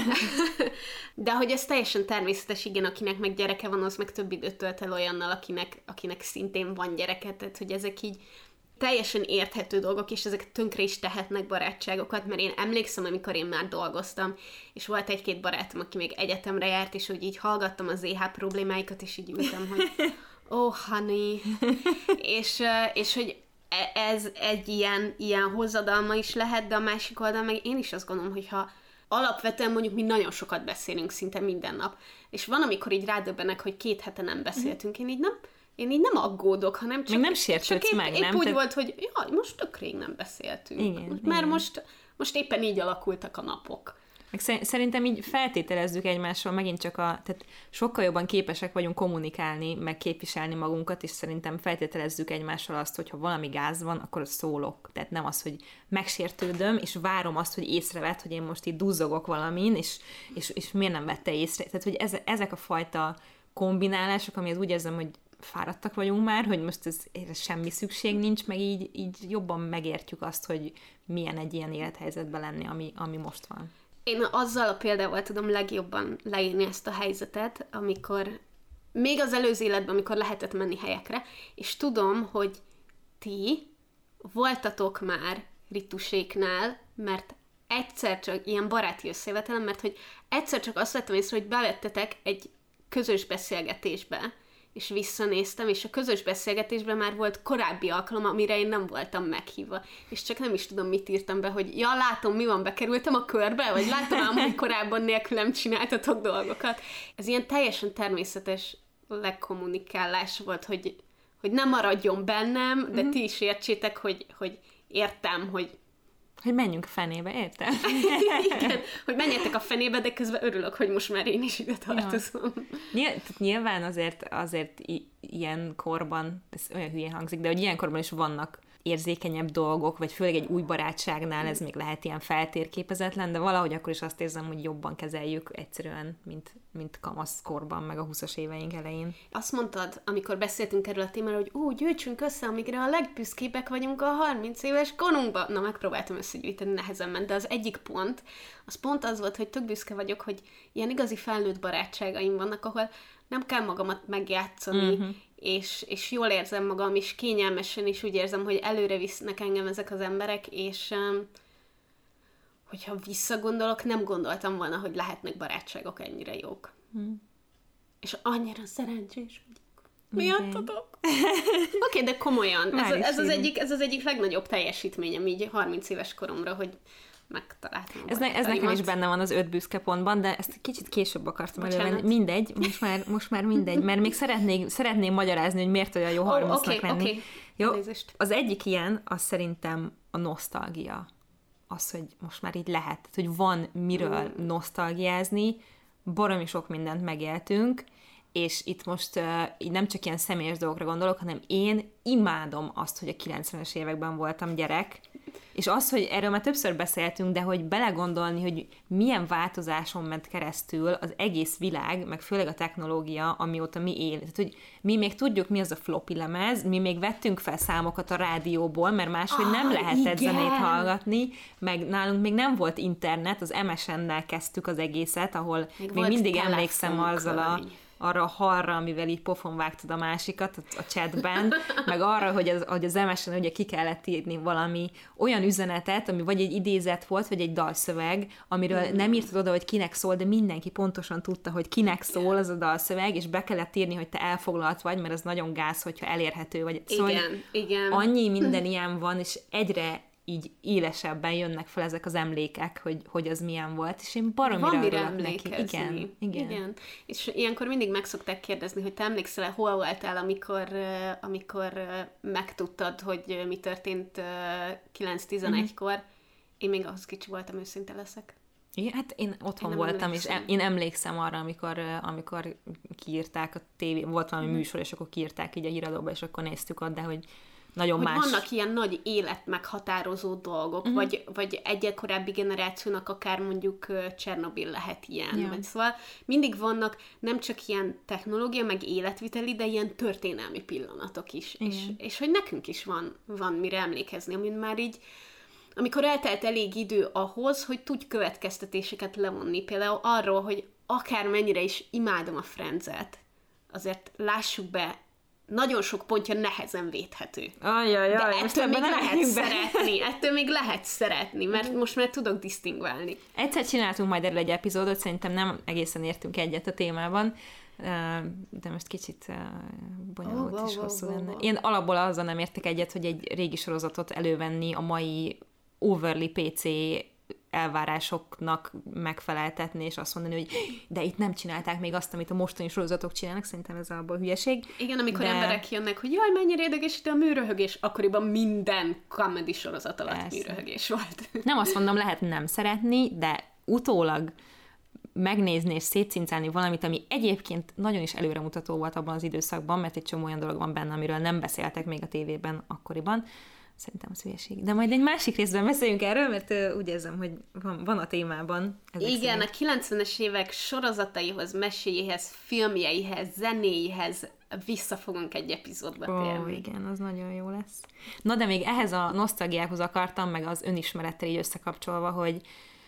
De hogy ez teljesen természetes, igen, akinek meg gyereke van, az meg több időt tölt el olyannal, akinek, akinek szintén van gyereke, tehát hogy ezek így teljesen érthető dolgok, és ezek tönkre is tehetnek barátságokat, mert én emlékszem, amikor én már dolgoztam, és volt egy-két barátom, aki még egyetemre járt, és hogy így hallgattam a zé há problémáikat, és így ültem, hogy oh, honey, és, és hogy ez egy ilyen, ilyen hozzadalma is lehet, de a másik oldalon meg én is azt gondolom, hogyha alapvetően mondjuk mi nagyon sokat beszélünk szinte minden nap, és van, amikor így rádöbbenek, hogy két hete nem beszéltünk, én így nem, én így nem aggódok, hanem csak, még nem sértődsz épp, meg, épp nem? úgy Te... volt, hogy jaj, most tök rég nem beszéltünk, igen, mert igen. Most, most éppen így alakultak a napok. Meg szerintem így feltételezzük egymással megint csak a, tehát sokkal jobban képesek vagyunk kommunikálni, meg képviselni magunkat, és szerintem feltételezzük egymással azt, hogy ha valami gáz van, akkor szólok. Tehát nem az, hogy megsértődöm, és várom azt, hogy észrevett, hogy én most itt duzzogok valamin, és, és, és miért nem vette észre. Tehát, hogy ez, ezek a fajta kombinálások, amihez úgy érzem, hogy fáradtak vagyunk már, hogy most ez, ez semmi szükség nincs, meg így, így jobban megértjük azt, hogy milyen egy ilyen élethelyzetben lenni, ami, ami most van. Én azzal a példával tudom legjobban leírni ezt a helyzetet, amikor még az előző életben, amikor lehetett menni helyekre, és tudom, hogy ti voltatok már rituséknál, mert egyszer csak ilyen baráti összejövetelen, mert hogy egyszer csak azt vettem észre, hogy bevettetek egy közös beszélgetésbe, és visszanéztem, és a közös beszélgetésben már volt korábbi alkalom, amire én nem voltam meghívva. És csak nem is tudom, mit írtam be, hogy ja, látom, mi van, bekerültem a körbe, vagy látom ám, hogy korábban nélkülem csináltatok dolgokat. Ez ilyen teljesen természetes lekommunikálás volt, hogy, hogy nem maradjon bennem, de mm-hmm. ti is értsétek, hogy, hogy értem, hogy hogy menjünk a fenébe, érted? Igen, hogy menjetek a fenébe, de közben örülök, hogy most már én is ide tartozom. Ja. Nyilván azért, azért i- ilyen korban, ez olyan hülyén hangzik, de hogy ilyen korban is vannak érzékenyebb dolgok, vagy főleg egy új barátságnál ez még lehet ilyen feltérképezetlen, de valahogy akkor is azt érzem, hogy jobban kezeljük egyszerűen, mint, mint kamaszkorban, meg a húszas éveink elején. Azt mondtad, amikor beszéltünk erről a témáról, hogy ú, gyűjtsünk össze, amikre a legbüszkébbek vagyunk a harminc éves korunkban. Na, megpróbáltam összegyűjteni, nehezen ment, de az egyik pont, az pont az volt, hogy tök büszke vagyok, hogy ilyen igazi felnőtt barátságaim vannak, ahol nem kell magamat megjátszani, uh-huh. és, és jól érzem magam, és kényelmesen, és úgy érzem, hogy előre visznek engem ezek az emberek, és um, hogyha visszagondolok, nem gondoltam volna, hogy lehetnek barátságok ennyire jók. Hmm. És annyira szerencsés vagyok. Miattatok? Oké, okay, de komolyan. Ez, ez, az egyik, ez az egyik legnagyobb teljesítményem így harminc éves koromra, hogy megtaláltam. Ez, ne, ez nekem is benne van az öt büszke pontban, de ezt kicsit később akartam elővenni. Mindegy, most már, most már mindegy, mert még szeretnék, szeretném magyarázni, hogy miért olyan jó harmincnak oh, okay, lenni. Okay. Jó, az egyik ilyen, az szerintem a nosztalgia. Az, hogy most már így lehet, hogy van miről mm. nosztalgiázni, baromi sok mindent megéltünk, és itt most uh, így nem csak ilyen személyes dolgokra gondolok, hanem én imádom azt, hogy a kilencvenes években voltam gyerek, és az, hogy erről már többször beszéltünk, de hogy belegondolni, hogy milyen változáson ment keresztül az egész világ, meg főleg a technológia, amióta mi élünk. Tehát, hogy mi még tudjuk, mi az a floppy lemez, mi még vettünk fel számokat a rádióból, mert máshogy ah, nem lehetett igen. zenét hallgatni, meg nálunk még nem volt internet, az em es en-nel kezdtük az egészet, ahol még, még mindig telefon, emlékszem azzal a arra a halra, amivel így pofon vágtad a másikat a chatben, meg arra, hogy az, hogy az em es-en ugye ki kellett írni valami olyan üzenetet, ami vagy egy idézet volt, vagy egy dalszöveg, amiről mm. nem írtad oda, hogy kinek szól, de mindenki pontosan tudta, hogy kinek szól az a dalszöveg, és be kellett írni, hogy te elfoglalt vagy, mert az nagyon gáz, hogyha elérhető vagy. Szóval igen, igen. Annyi minden ilyen van, és egyre így élesebben jönnek fel ezek az emlékek, hogy, hogy az milyen volt, és én baromira örülök neki. Igen, igen. igen. És ilyenkor mindig meg szokták kérdezni, hogy te emlékszel-e, hol voltál, amikor, amikor megtudtad, hogy mi történt kilenc-tizenegykor. Mm-hmm. Én még ahhoz kicsi voltam, őszinte leszek. Igen, hát én otthon én voltam, emlékszem. és én emlékszem arra, amikor, amikor kiírták a tévé, volt valami mm. műsor, és akkor kiírták így a híradóba, és akkor néztük ott, de hogy nagyon hogy más. Vannak ilyen nagy életmeghatározó dolgok, uh-huh. vagy, vagy egy korábbi generációnak akár mondjuk Csernobil lehet ilyen. Ja. Vagy szóval mindig vannak nem csak ilyen technológia, meg életviteli, de ilyen történelmi pillanatok is. És, és hogy nekünk is van, van mire emlékezni, amin már így, amikor eltelt elég idő ahhoz, hogy tudj következtetéseket levonni. Például arról, hogy akármennyire is imádom a Friends-et, azért lássuk be, nagyon sok pontja nehezen védhető. Ajajaj, de ettől még lehet szeretni, ettől még lehet szeretni, mert most már tudok disztingválni. Egyszer csináltunk majd erről egy epizódot, szerintem nem egészen értünk egyet a témában, de most kicsit bonyolult oh, és oh, hosszú oh, lenne. Oh, oh. Én alapból azzal nem értek egyet, hogy egy régi sorozatot elővenni a mai overly pé cé elvárásoknak megfeleltetni, és azt mondani, hogy de itt nem csinálták még azt, amit a mostani sorozatok csinálnak, szerintem ez abból hülyeség. Igen, amikor de... emberek jönnek, hogy jaj, mennyire idegesítő a műröhögés, akkoriban minden comedy sorozat alatt Persze. műröhögés volt. Nem azt mondom, lehet nem szeretni, de utólag megnézni és szétszincálni valamit, ami egyébként nagyon is előremutató volt abban az időszakban, mert egy csomó olyan dolog van benne, amiről nem beszéltek még a tévében akkoriban. Szerintem az hülyeség. De majd egy másik részben beszéljünk erről, mert uh, úgy érzem, hogy van, van a témában. Igen, szerint. A kilencvenes évek sorozataihoz, meséjéhez, filmjeihez, zenéihez vissza fogunk egy epizódba Ó, térni. Igen, az nagyon jó lesz. Na, de még ehhez a nosztalgiához akartam, meg az önismerettel így összekapcsolva, hogy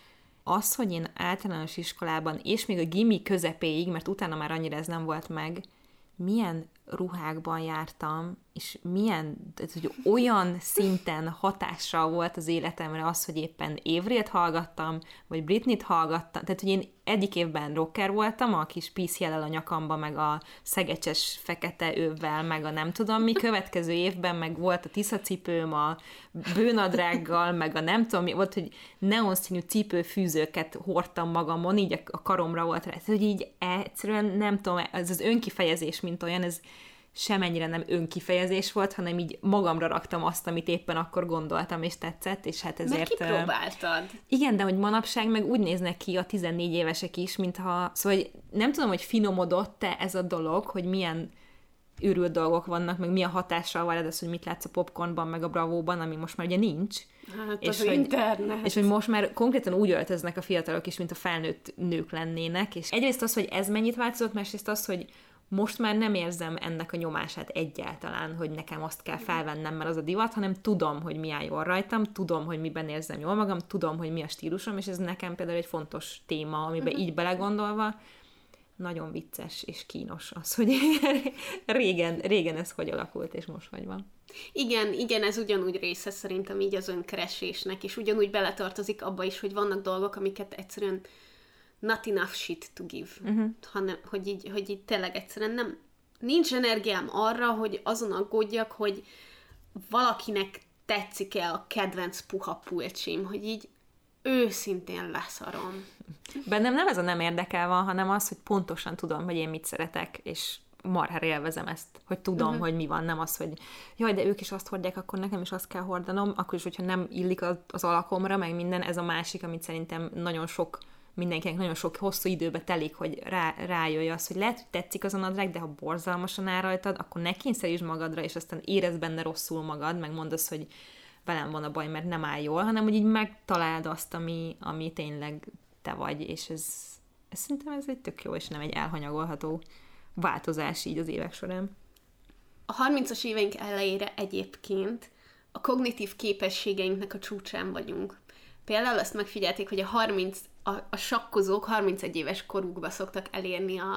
az, hogy én általános iskolában, és még a gimi közepéig, mert utána már annyira ez nem volt meg, milyen ruhákban jártam, és milyen, tehát, hogy olyan szinten hatással volt az életemre az, hogy éppen Évrilt hallgattam, vagy Britneyt hallgattam, tehát, hogy én egyik évben rocker voltam, a kis píszjellel a nyakamba, meg a szegecses fekete övvel, meg a nem tudom mi, következő évben meg volt a tiszacipőm a bőnadrággal, meg a nem tudom mi, volt, hogy neonszínű cipőfűzőket hordtam magamon, így a karomra volt rá, tehát, hogy így egyszerűen nem tudom, ez az önkifejezés, mint olyan, ez semennyire nem önkifejezés volt, hanem így magamra raktam azt, amit éppen akkor gondoltam, és tetszett, és hát ezért... Mert kipróbáltad. Igen, de hogy manapság meg úgy néznek ki a tizennégy évesek is, mintha... Szóval nem tudom, hogy finomodott-e ez a dolog, hogy milyen őrült dolgok vannak, meg milyen hatással van ez, hogy mit látsz a Popcornban, meg a Bravóban, ami most már ugye nincs. Hát és az hogy, internet. És hogy most már konkrétan úgy öltöznek a fiatalok is, mint a felnőtt nők lennének, és egyrészt az, hogy ez mennyit változott, másrészt az, hogy most már nem érzem ennek a nyomását egyáltalán, hogy nekem azt kell felvennem, mert az a divat, hanem tudom, hogy mi áll jól rajtam, tudom, hogy miben érzem jól magam, tudom, hogy mi a stílusom, és ez nekem például egy fontos téma, amiben uh-huh. így belegondolva nagyon vicces és kínos az, hogy régen, régen ez hogy alakult, és most hogy van. Igen, igen, ez ugyanúgy része szerintem így az önkeresésnek, és ugyanúgy beletartozik abba is, hogy vannak dolgok, amiket egyszerűen not enough shit to give. Uh-huh. Hanem, hogy így, hogy így tényleg egyszerűen nem, nincs energiám arra, hogy azon aggódjak, hogy valakinek tetszik-e a kedvenc puha pulcsim, hogy így őszintén leszarom. Bennem nem ez a nem érdekel van, hanem az, hogy pontosan tudom, hogy én mit szeretek, és marhára élvezem ezt, hogy tudom, uh-huh. hogy mi van, nem az, hogy jaj, de ők is azt hordják, akkor nekem is azt kell hordanom, akkor is, hogyha nem illik az, az alakomra, meg minden, ez a másik, amit szerintem nagyon sok mindenkinek nagyon sok hosszú időbe telik, hogy rá, rájöjj az, hogy lehet, hogy tetszik az a nadrág, de ha borzalmasan áll rajtad, akkor ne kényszerítsd magadra, és aztán érezd benne rosszul magad, meg mondd azt, hogy velem van a baj, mert nem áll jól, hanem hogy így megtaláld azt, ami, ami tényleg te vagy, és ez, ez szerintem ez egy tök jó, és nem egy elhanyagolható változás így az évek során. A harmincas éveink elejére egyébként a kognitív képességeinknek a csúcsán vagyunk. Például azt megfigyelték, hogy a harminc a, a sakkozók harmincegy éves korukba szoktak elérni a,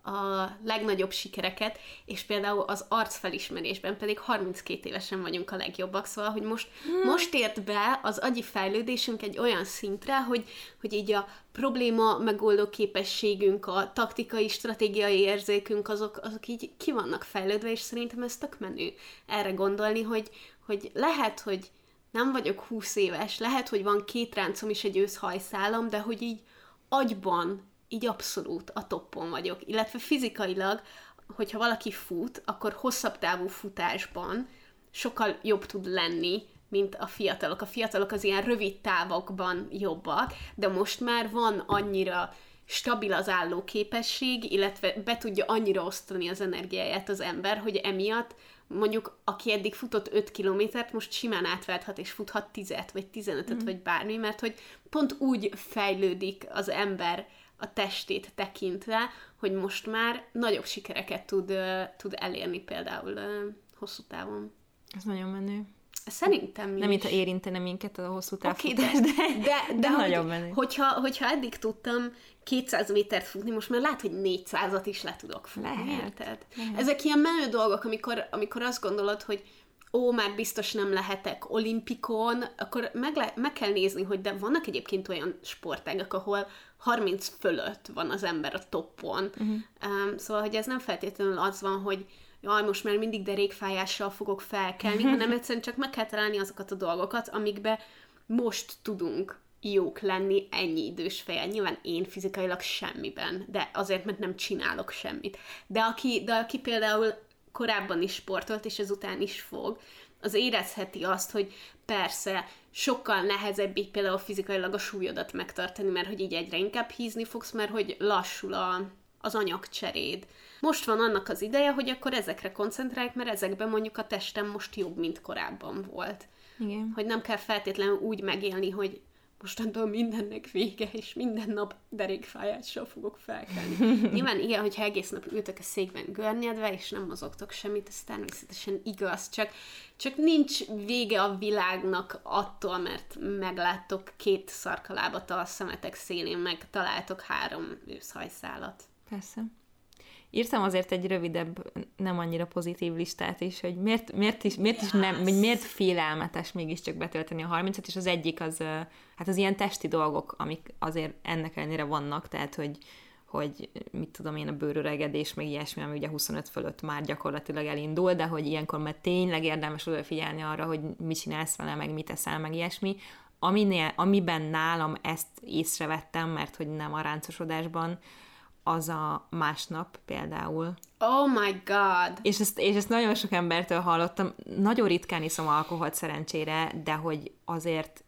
a legnagyobb sikereket, és például az arcfelismerésben pedig harminckét évesen vagyunk a legjobbak, szóval, hogy most, hmm. most ért be az agyi fejlődésünk egy olyan szintre, hogy, hogy így a probléma megoldó képességünk, a taktikai, stratégiai érzékünk, azok, azok így ki vannak fejlődve, és szerintem ez tök menő erre gondolni, hogy, hogy lehet, hogy nem vagyok húsz éves, lehet, hogy van két ráncom és egy őszhajszálam, de hogy így agyban így abszolút a toppon vagyok, illetve fizikailag, hogyha valaki fut, akkor hosszabb távú futásban sokkal jobb tud lenni, mint a fiatalok. A fiatalok az ilyen rövid távokban jobbak, de most már van annyira stabil az álló képesség, illetve be tudja annyira osztani az energiáját az ember, hogy emiatt mondjuk, aki eddig futott öt kilométert, most simán átválthat és futhat tízet, vagy tizenötöt, mm. vagy bármi, mert hogy pont úgy fejlődik az ember a testét tekintve, hogy most már nagyobb sikereket tud, uh, tud elérni például uh, hosszú távon. Ez nagyon menő. Szerintem mi Nem, mintha érintene minket a hosszú távfutás, okay, de, de, de, de, de nagyon hogy, menő. Hogyha, hogyha eddig tudtam kétszáz métert futni, most már lát, hogy négyszázat is le tudok futni. Lehet, lehet. lehet. Ezek ilyen menő dolgok, amikor, amikor azt gondolod, hogy ó, már biztos nem lehetek olimpikon, akkor meg, le, meg kell nézni, hogy de vannak egyébként olyan sportágak, ahol harminc fölött van az ember a toppon. Uh-huh. Um, szóval, hogy ez nem feltétlenül az van, hogy jaj, most már mindig derékfájással fogok felkelni, hanem egyszerűen csak meg kell találni azokat a dolgokat, amikbe most tudunk jók lenni ennyi idős fejjel. Nyilván én fizikailag semmiben, de azért, mert nem csinálok semmit. De aki, de aki például korábban is sportolt, és ezután is fog, az érezheti azt, hogy persze sokkal nehezebb így például fizikailag a súlyodat megtartani, mert hogy így egyre inkább hízni fogsz, mert hogy lassul a, az anyagcseréd. Most van annak az ideje, hogy akkor ezekre koncentráljuk, mert ezekben mondjuk a testem most jobb, mint korábban volt. Igen. Hogy nem kell feltétlenül úgy megélni, hogy mostantól mindennek vége, és minden nap derékfájással fogok felkelni. Nyilván igen, hogyha egész nap ültök a székben görnyedve, és nem mozogtok semmit, ez természetesen igaz, csak, csak nincs vége a világnak attól, mert megláttok két szarkalábat a szemetek szélén, meg találtok három őszhajszálat. Persze. Írtam azért egy rövidebb, nem annyira pozitív listát is, hogy miért, miért is, miért is nem, vagy miért félelmetes mégiscsak betölteni a harmincat, és az egyik az, hát az ilyen testi dolgok, amik azért ennek ellenére vannak, tehát, hogy, hogy mit tudom én, a bőröregedés, meg ilyesmi, ami ugye huszonöt fölött már gyakorlatilag elindul, de hogy ilyenkor már tényleg érdemes odafigyelni arra, hogy mit csinálsz vele, meg mit eszel, meg ilyesmi. Aminél, amiben nálam ezt észrevettem, mert hogy nem a ráncosodásban, az a másnap például. Oh my god! És ezt, és ezt nagyon sok embertől hallottam. Nagyon ritkán iszom alkoholt szerencsére, de hogy azért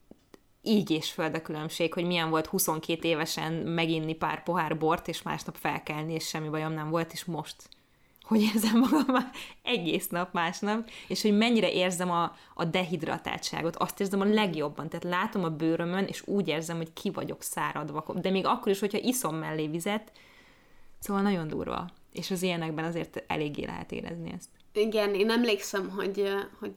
így és föld a különbség, hogy milyen volt huszonkét évesen meginni pár pohár bort, és másnap felkelni, és semmi bajom nem volt, és most hogy érzem magam már egész nap, másnap, és hogy mennyire érzem a, a dehidratáltságot, azt érzem a legjobban, tehát látom a bőrömön, és úgy érzem, hogy ki vagyok száradva, de még akkor is, hogyha iszom mellé vizet, szóval nagyon durva, és az ilyenekben azért eléggé lehet érezni ezt. Igen, én emlékszem, hogy, hogy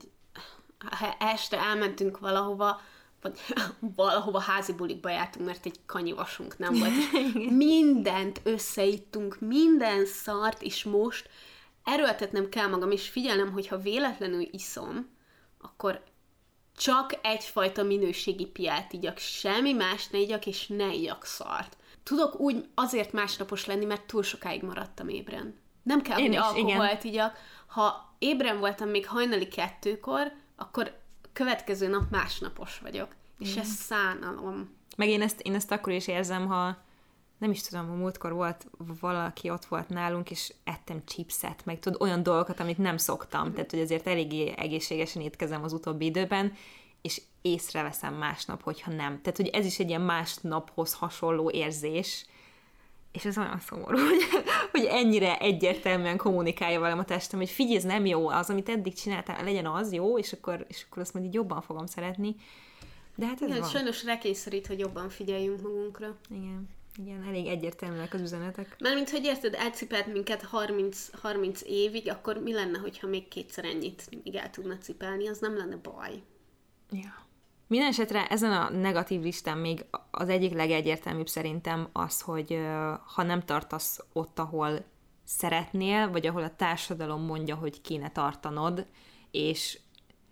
ha este elmentünk valahova, vagy valahova házi bulikba jártunk, mert egy kanyivasunk nem volt. Mindent összeittunk, minden szart, és most erőltetnem kell magam, és figyelnem, hogyha véletlenül iszom, akkor csak egyfajta minőségi piát igyak, semmi más ne igyak, és ne igyak szart. Tudok úgy azért másnapos lenni, mert túl sokáig maradtam ébren. Nem kell, Én hogy is, alkoholt igyak. Ha ébren voltam még hajnali kettőkor, akkor következő nap másnapos vagyok. És ez szánalom. Meg én ezt, én ezt akkor is érzem, ha nem is tudom, a múltkor volt valaki ott volt nálunk, és ettem chipset, meg tudod, olyan dolgokat, amit nem szoktam. Mm. Tehát, hogy azért eléggé egészségesen étkezem az utóbbi időben, és észreveszem másnap, hogyha nem. Tehát, hogy ez is egy ilyen másnaphoz hasonló érzés, és ez olyan szomorú, hogy, hogy ennyire egyértelműen kommunikálja velem a testem, hogy figyelj, ez nem jó, az, amit eddig csináltál, legyen az jó, és akkor, és akkor azt majd így jobban fogom szeretni. De hát ez igen, van. Sajnos rákényszerít, hogy jobban figyeljünk magunkra. Igen, igen, elég egyértelműek az üzenetek. Mármint, hogy érted, elcipelt minket harminc, harminc évig, akkor mi lenne, hogyha még kétszer ennyit még el tudna cipelni, az nem lenne baj. Ja. Mindenesetre ezen a negatív listán még az egyik legegyértelműbb szerintem az, hogy ha nem tartasz ott, ahol szeretnél, vagy ahol a társadalom mondja, hogy kéne tartanod, és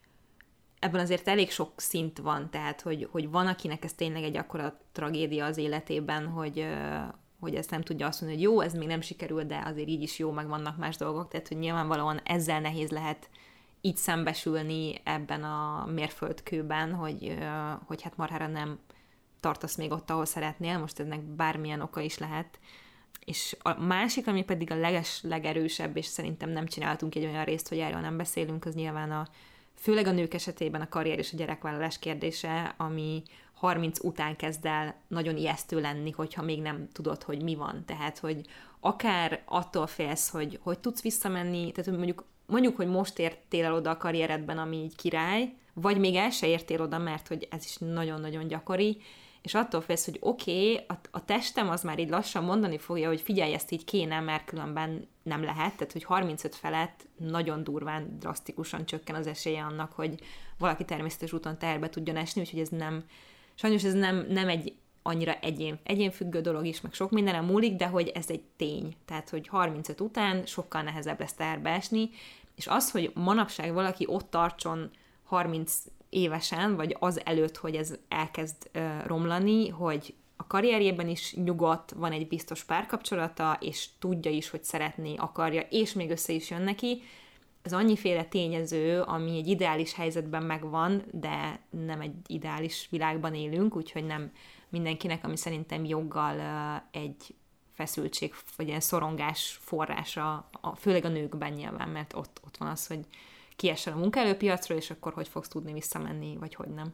ebben azért elég sok szint van, tehát, hogy, hogy van, akinek ez tényleg egy akkora tragédia az életében, hogy, hogy ezt nem tudja azt mondani, hogy jó, ez még nem sikerül, de azért így is jó, meg vannak más dolgok, tehát, hogy nyilvánvalóan ezzel nehéz lehet így szembesülni ebben a mérföldkőben, hogy, hogy hát marhára nem tartasz még ott, ahol szeretnél, most ennek bármilyen oka is lehet. És a másik, ami pedig a leges, legerősebb, és szerintem nem csináltunk egy olyan részt, hogy erről nem beszélünk, az nyilván a, főleg a nők esetében a karrier és a gyerekvállalás kérdése, ami harminc után kezd el nagyon ijesztő lenni, hogyha még nem tudod, hogy mi van. Tehát, hogy akár attól félsz, hogy hogy tudsz visszamenni, tehát hogy mondjuk Mondjuk, hogy most értél el oda a karrieredben, ami így király, vagy még el se értél oda, mert hogy ez is nagyon-nagyon gyakori, és attól félsz, hogy oké, okay, a, a testem az már így lassan mondani fogja, hogy figyelj, ezt így kéne, mert különben nem lehet, tehát hogy harmincöt felett nagyon durván, drasztikusan csökken az esélye annak, hogy valaki természetes úton terbe tudjon esni, úgyhogy ez nem, sajnos ez nem, nem egy annyira egyén, egyénfüggő dolog is, meg sok mindenem múlik, de hogy ez egy tény. Tehát, hogy harmincöt után sokkal nehezebb lesz terbe esni, és az, hogy manapság valaki ott tartson harminc évesen, vagy az előtt, hogy ez elkezd uh, romlani, hogy a karrierjében is nyugodt, van egy biztos párkapcsolata, és tudja is, hogy szeretné, akarja, és még össze is jön neki, ez annyiféle tényező, ami egy ideális helyzetben megvan, de nem egy ideális világban élünk, úgyhogy nem mindenkinek, ami szerintem joggal uh, egy feszültség, vagy ilyen szorongás forrása, a, főleg a nőkben nyilván, mert ott, ott van az, hogy kiesel a munkaerőpiacról, és akkor hogy fogsz tudni visszamenni, vagy hogy nem.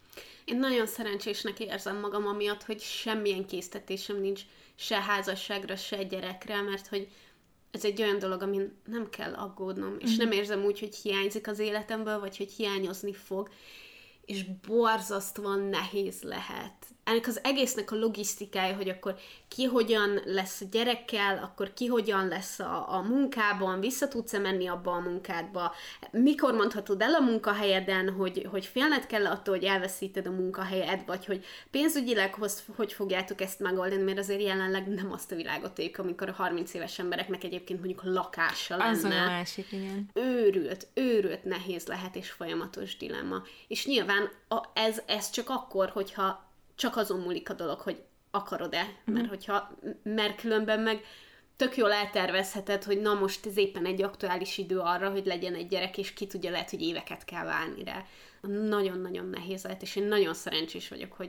Én nagyon szerencsésnek érzem magam amiatt, hogy semmilyen késztetésem nincs se házasságra, se gyerekre, mert hogy ez egy olyan dolog, amin nem kell aggódnom, mm. és nem érzem úgy, hogy hiányzik az életemből, vagy hogy hiányozni fog, és borzasztóan nehéz lehet. Ennek az egésznek a logisztikája, hogy akkor ki hogyan lesz a gyerekkel, akkor ki hogyan lesz a, a munkában, vissza tudsz-e menni abba a munkádba, mikor mondhatod el a munkahelyeden, hogy, hogy félned kell attól, hogy elveszíted a munkahelyed, vagy hogy pénzügyileg hoz, hogy fogjátok ezt megoldani, mert azért jelenleg nem azt a világot éljük, amikor a harminc éves embereknek egyébként mondjuk lakása lenne. Az a másik, igen. Őrült, őrült nehéz lehet, és folyamatos dilemma. És nyilván a, ez, ez csak akkor, hogyha csak azon múlik a dolog, hogy akarod-e, mm-hmm. mert hogyha, mert különben meg tök jól eltervezheted, hogy na most ez éppen egy aktuális idő arra, hogy legyen egy gyerek, és ki tudja, lehet, hogy éveket kell várni rá. Nagyon-nagyon nehéz lehet, és én nagyon szerencsés vagyok, hogy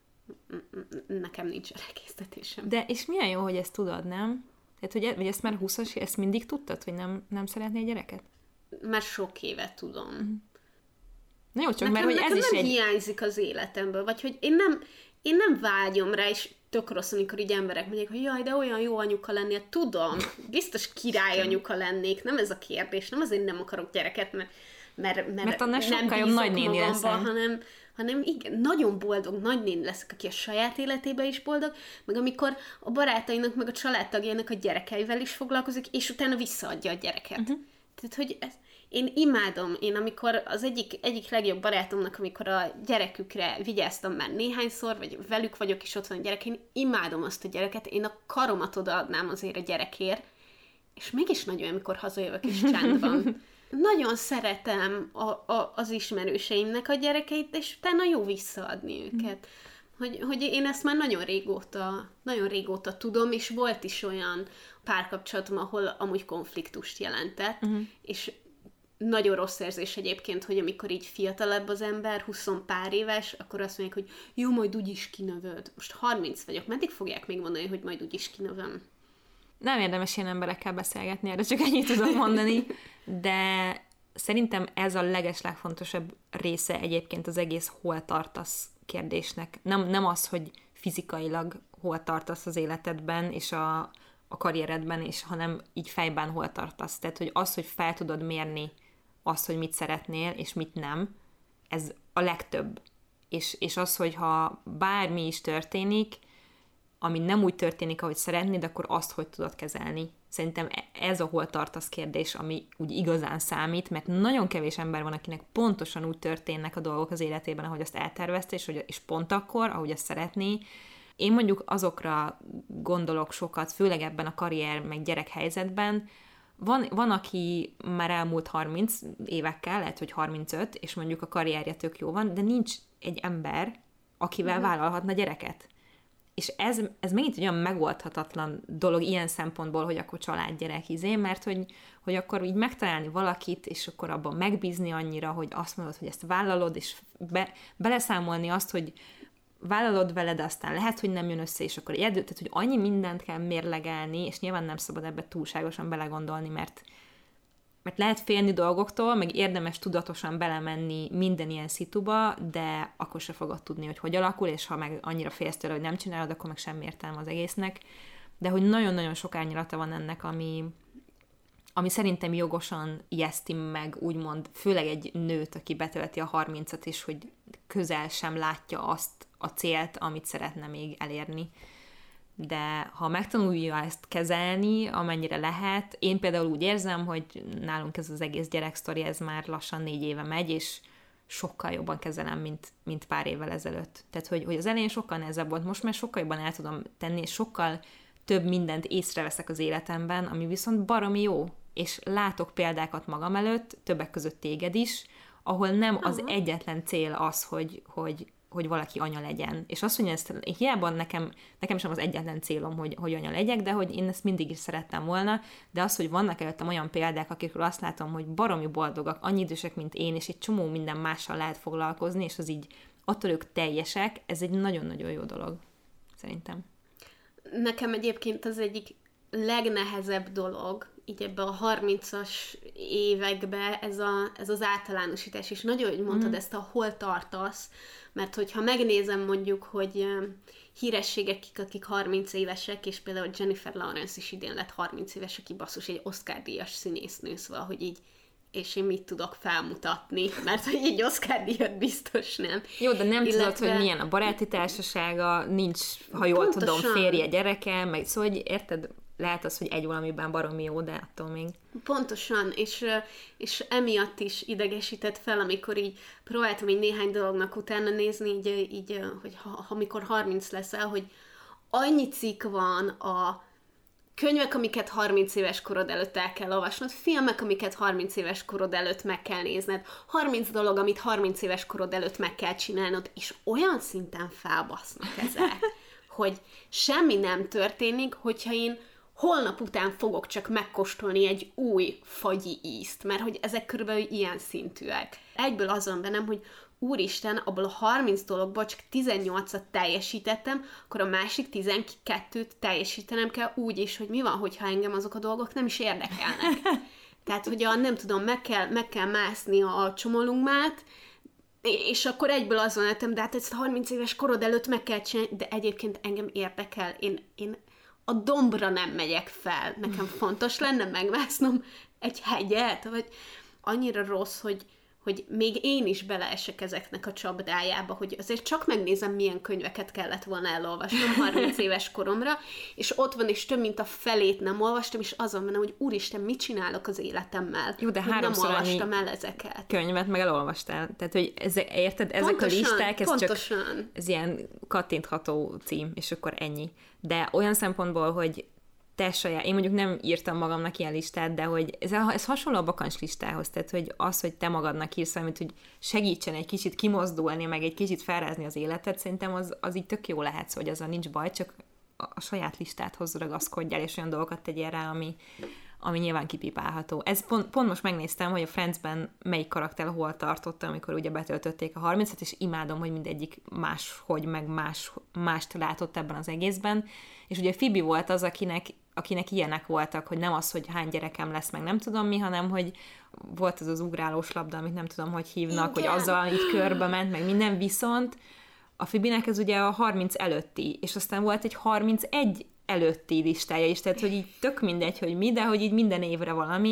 nekem nincs gyerekkésztetésem. De és milyen jó, hogy ezt tudod, nem? Tehát, hogy vagy ezt már húszas, ezt mindig tudtad, hogy nem, nem szeretnél gyereket? Már sok évet tudom. Mm. Na jó, csak nekem, mert hogy ez nem is egy... hiányzik az életemből, vagy hogy én nem, én nem vágyom rá, és tök rossz, amikor így emberek mondják, hogy jaj, de olyan jó anyuka lennél. Tudom, biztos király anyuka lennék, nem ez a kérdés, nem azért nem akarok gyereket, mert, mert, mert, mert annál nem sokkal jobb nagynéni magamba, hanem, hanem igen, nagyon boldog nagynéni leszek, aki a saját életében is boldog, meg amikor a barátainak, meg a családtagjának a gyerekeivel is foglalkozik, és utána visszaadja a gyereket. Uh-huh. Tehát, hogy ez... Én imádom, én amikor az egyik, egyik legjobb barátomnak, amikor a gyerekükre vigyáztam már néhányszor, vagy velük vagyok, és ott van a gyerek, én imádom azt a gyereket, én a karomat odaadnám azért a gyerekért, és mégis nagyon, amikor hazajövök, és csend van. Nagyon szeretem a, a, az ismerőseimnek a gyerekeit, és utána jó visszaadni őket. Hogy, hogy én ezt már nagyon régóta, nagyon régóta tudom, és volt is olyan párkapcsolatom, ahol amúgy konfliktust jelentett, uh-huh. és nagyon rossz érzés egyébként, hogy amikor így fiatalabb az ember, húsz pár éves, akkor azt mondják, hogy jó, majd úgyis kinövöd. Most harminc vagyok, meddig fogják még mondani, hogy majd úgyis kinövöm? Nem érdemes ilyen emberekkel beszélgetni, erre csak ennyit tudom mondani, de szerintem ez a legeslegfontosabb része egyébként az egész hol tartasz kérdésnek. Nem, nem az, hogy fizikailag hol tartasz az életedben, és a, a karrieredben, és hanem így fejben hol tartasz. Tehát, hogy az, hogy fel tudod mérni azt, hogy mit szeretnél, és mit nem, ez a legtöbb. És, és az, hogyha bármi is történik, ami nem úgy történik, ahogy szeretnéd, akkor azt hogy tudod kezelni. Szerintem ez a hol tartasz kérdés, ami úgy igazán számít, mert nagyon kevés ember van, akinek pontosan úgy történnek a dolgok az életében, ahogy azt eltervezte, és, hogy, és pont akkor, ahogy azt szeretné. Én mondjuk azokra gondolok sokat, főleg ebben a karrier meg gyerek helyzetben. Van, van, aki már elmúlt harminc évekkel, lehet, hogy harmincöt, és mondjuk a karrierje tök jó van, de nincs egy ember, akivel mm. vállalhatna gyereket. És ez, ez megint egy olyan megoldhatatlan dolog ilyen szempontból, hogy akkor családgyerek izé, mert hogy, hogy akkor így megtalálni valakit, és akkor abban megbízni annyira, hogy azt mondod, hogy ezt vállalod, és be, beleszámolni azt, hogy vállalod vele, de aztán lehet, hogy nem jön össze, és akkor egyedül, tehát hogy annyi mindent kell mérlegelni, és nyilván nem szabad ebbe túlságosan belegondolni, mert, mert lehet félni dolgoktól, meg érdemes tudatosan belemenni minden ilyen szituba, de akkor se fogod tudni, hogy hogy alakul, és ha meg annyira félsz tőle, hogy nem csinálod, akkor meg semmi értelme az egésznek. De hogy nagyon-nagyon sok árnyalata van ennek, ami, ami szerintem jogosan ijeszti meg, úgymond, főleg egy nőt, aki betölti a harmincat, és hogy közel sem látja azt a célt, amit szeretne még elérni. De ha megtanulja ezt kezelni, amennyire lehet, én például úgy érzem, hogy nálunk ez az egész gyereksztori, ez már lassan négy éve megy, és sokkal jobban kezelem, mint, mint pár évvel ezelőtt. Tehát, hogy, hogy az elején sokkal nehezebb volt, most már sokkal jobban el tudom tenni, és sokkal több mindent észreveszek az életemben, ami viszont baromi jó. És látok példákat magam előtt, többek között téged is, ahol nem az uh-huh. egyetlen cél az, hogy, hogy hogy valaki anya legyen. És azt mondja, ezt hiába nekem, nekem sem az egyetlen célom, hogy, hogy anya legyek, de hogy én ezt mindig is szerettem volna, de az, hogy vannak előttem olyan példák, akikről azt látom, hogy baromi boldogak, annyi idősek, mint én, és egy csomó minden mással lehet foglalkozni, és az így attól ők teljesek, ez egy nagyon-nagyon jó dolog, szerintem. Nekem egyébként az egyik legnehezebb dolog, így ebbe a harmincas évekbe ez, a, ez az általánosítás, és nagyon, hogy mondtad mm. ezt a hol tartasz, mert hogyha megnézem mondjuk, hogy hírességek, akik harminc évesek, és például Jennifer Lawrence is idén lett harminc éves, aki basszus egy Oscar-díjas színésznő, szóval, hogy így, és én mit tudok felmutatni, mert hogy így Oscar-díjat biztos nem. Jó, de nem Illetve... tudod, hogy milyen a baráti társasága, nincs, ha jól Pontosan. tudom, férje, gyereke, meg szóval, hogy érted, lehet az, hogy egy valamiben baromi jó, de attól még. Pontosan, és, és emiatt is idegesített fel, amikor így próbáltam így néhány dolognak utána nézni, így, így hogy ha, amikor harminc leszel, hogy annyi cikk van a könyvek, amiket harminc éves korod előtt el kell olvasnod, filmek, amiket harminc éves korod előtt meg kell nézned, harminc dolog, amit harminc éves korod előtt meg kell csinálnod, és olyan szinten felbasznak ezek, hogy semmi nem történik, hogyha én holnap után fogok csak megkóstolni egy új fagyi ízt, mert hogy ezek körülbelül ilyen szintűek. Egyből azon bennem, hogy úristen, abból a harminc dologból csak tizennyolcat teljesítettem, akkor a másik tizenkettőt teljesítenem kell úgy is, hogy mi van, hogyha engem azok a dolgok nem is érdekelnek. Tehát, hogy a, nem tudom, meg kell, meg kell mászni a csomolungmát, és akkor egyből azon lettem, de hát ezt a harminc éves korod előtt meg kell csinálni, de egyébként engem érdekel, én, én a dombra nem megyek fel. Nekem fontos lenne megmásznom egy hegyet, vagy annyira rossz, hogy, hogy még én is beleesek ezeknek a csapdájába, hogy azért csak megnézem, milyen könyveket kellett volna elolvasnom harminc éves koromra, és ott van, és több mint a felét nem olvastam, és azon van, hogy úristen, mit csinálok az életemmel? Jó, de nem olvastam el ezeket. Könyvet meg elolvastál. Tehát, hogy ezek, érted, ezek pontosan, a listák, ez pontosan. csak ez ilyen kattintható cím, és akkor ennyi. De olyan szempontból, hogy te saját, én mondjuk nem írtam magamnak ilyen listát, de hogy ez, ez hasonló a bakancslistához, tehát hogy az, hogy te magadnak írsz valamit, hogy segítsen egy kicsit kimozdulni, meg egy kicsit felrázni az életet, szerintem az, az így tök jó lehet, hogy azzal nincs baj, csak a, a saját listádhoz ragaszkodjál, és olyan dolgokat tegyél rá, ami, ami nyilván kipipálható. Ez pont, pont most megnéztem, hogy a Friendsben melyik karakter hol tartotta, amikor ugye betöltötték a harmincat, és imádom, hogy mindegyik máshogy, meg más, mást látott ebben az egészben. És ugye Phoebe volt az, akinek, akinek ilyenek voltak, hogy nem az, hogy hány gyerekem lesz, meg nem tudom mi, hanem hogy volt az az ugrálós labda, amit nem tudom, hogy hívnak, igen, hogy azzal így körbe ment, meg minden, viszont a Phoebe-nek ez ugye a harminc előtti, és aztán volt egy harmincegy előtti listája is, tehát hogy így tök mindegy, hogy mi, de hogy így minden évre valami,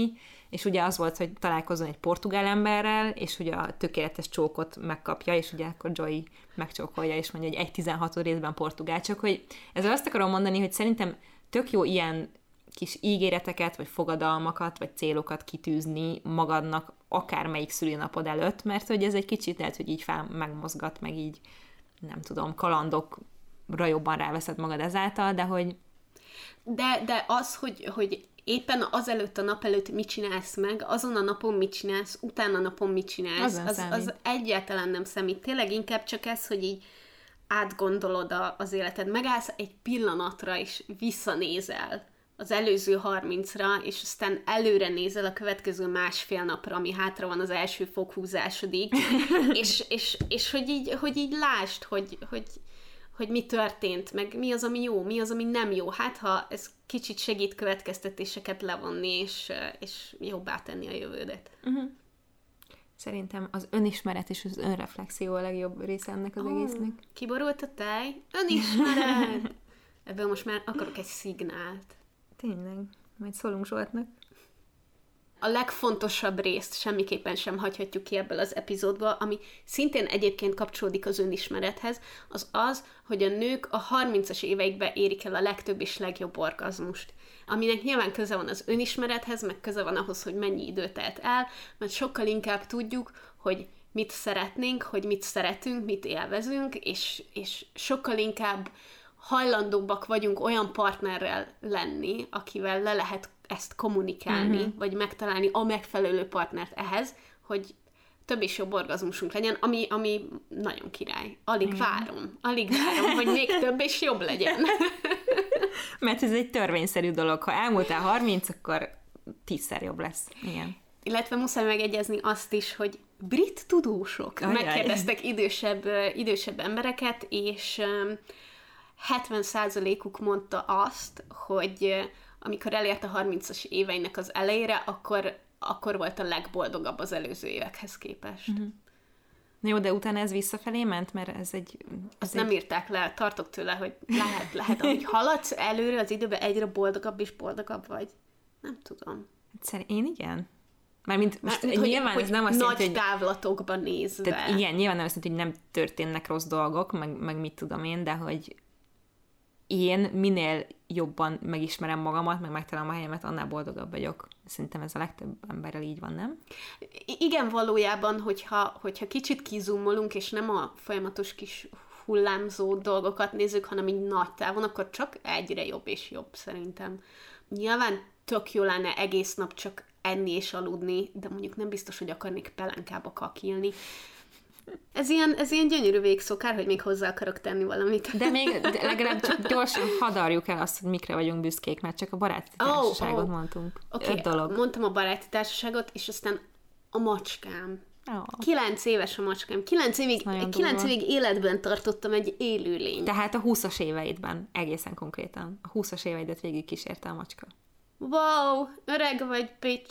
és ugye az volt, hogy találkozzon egy portugál emberrel, és ugye a tökéletes csókot megkapja, és ugye akkor Joey megcsókolja, és mondja, hogy egy tizenhatod részben portugál, csak hogy ezzel azt akarom mondani, hogy szerintem tök jó ilyen kis ígéreteket, vagy fogadalmakat, vagy célokat kitűzni magadnak akármelyik szülinapod előtt, mert hogy ez egy kicsit lehet, hogy így fel megmozgat, meg így, nem tudom, kalandokra jobban ráveszed magad ezáltal, de hogy... De, de az, hogy, hogy éppen azelőtt a nap előtt mit csinálsz meg, azon a napon mit csinálsz, utána a napon mit csinálsz, az, az egyáltalán nem számít. Tényleg inkább csak ez, hogy így átgondolod a, az életed, megállsz egy pillanatra, és visszanézel az előző harmincra, és aztán előre nézel a következő másfél napra, ami hátra van az első foghúzásodig, és, és, és hogy, így, hogy így lásd, hogy, hogy, hogy mi történt, meg mi az, ami jó, mi az, ami nem jó. Hát, ha ez kicsit segít következtetéseket levonni, és, és jobbá tenni a jövődet. Uh-huh. Szerintem az önismeret és az önreflexió a legjobb része ennek az oh, egésznek. Kiborult a tej? Önismeret! Ebből most már akarok egy szignált. Tényleg, majd szólunk Zsoltnak. A legfontosabb részt semmiképpen sem hagyhatjuk ki ebből az epizódból, ami szintén egyébként kapcsolódik az önismerethez, az az, hogy a nők a harmincas éveikben érik el a legtöbb és legjobb orgazmust. Aminek nyilván köze van az önismerethez, meg köze van ahhoz, hogy mennyi idő telt el, mert sokkal inkább tudjuk, hogy mit szeretnénk, hogy mit szeretünk, mit élvezünk, és, és sokkal inkább hajlandóbbak vagyunk olyan partnerrel lenni, akivel le lehet ezt kommunikálni, mm-hmm. vagy megtalálni a megfelelő partnert ehhez, hogy több és jobb orgazmusunk legyen, ami, ami nagyon király. Alig mm. várom, alig várom, hogy még több és jobb legyen. Mert ez egy törvényszerű dolog. Ha elmúltál harminc, akkor tízszer jobb lesz. Igen. Illetve muszáj megegyezni azt is, hogy brit tudósok Ajaj. megkérdeztek idősebb, idősebb embereket, és hetven százalékuk mondta azt, hogy amikor elért a harmincas éveinek az elejére, akkor, akkor volt a legboldogabb az előző évekhez képest. Uh-huh. Jó, de utána ez visszafelé ment, mert ez egy... Ez Azt egy... nem írták le, tartok tőle, hogy lehet, lehet, ahogy haladsz előre az időben, egyre boldogabb és boldogabb vagy. Nem tudom. Szerint én igen. Mármint most Már, nyilván hogy, ez nem azt nagy jelenti, hogy... távlatokban nézve. Tehát igen, nyilván nem azt jelenti, hogy nem történnek rossz dolgok, meg, meg mit tudom én, de hogy én minél jobban megismerem magamat, meg megtalálom a helyemet, annál boldogabb vagyok. Szerintem ez a legtöbb emberrel így van, nem? Igen, valójában, hogyha, hogyha kicsit kizumolunk, és nem a folyamatos kis hullámzó dolgokat nézzük, hanem így nagy távon, akkor csak egyre jobb és jobb szerintem. Nyilván tök jó lenne egész nap csak enni és aludni, de mondjuk nem biztos, hogy akarnék pelenkába kakilni. Ez ilyen, ez ilyen gyönyörű végszókár, hogy még hozzá akarok tenni valamit. De még de legalább csak gyorsan hadarjuk el azt, hogy mikre vagyunk büszkék, mert csak a baráti társaságot oh, oh. mondtunk. Oké, okay, dolog. Mondtam a baráti társaságot, és aztán a macskám. Oh. Kilenc éves a macskám. Kilenc évig, kilenc évig életben tartottam egy élőlényt. Tehát a húszas éveidben, egészen konkrétan. A húszas éveidet végig kísérte a macska. Wow, öreg vagy, bitch.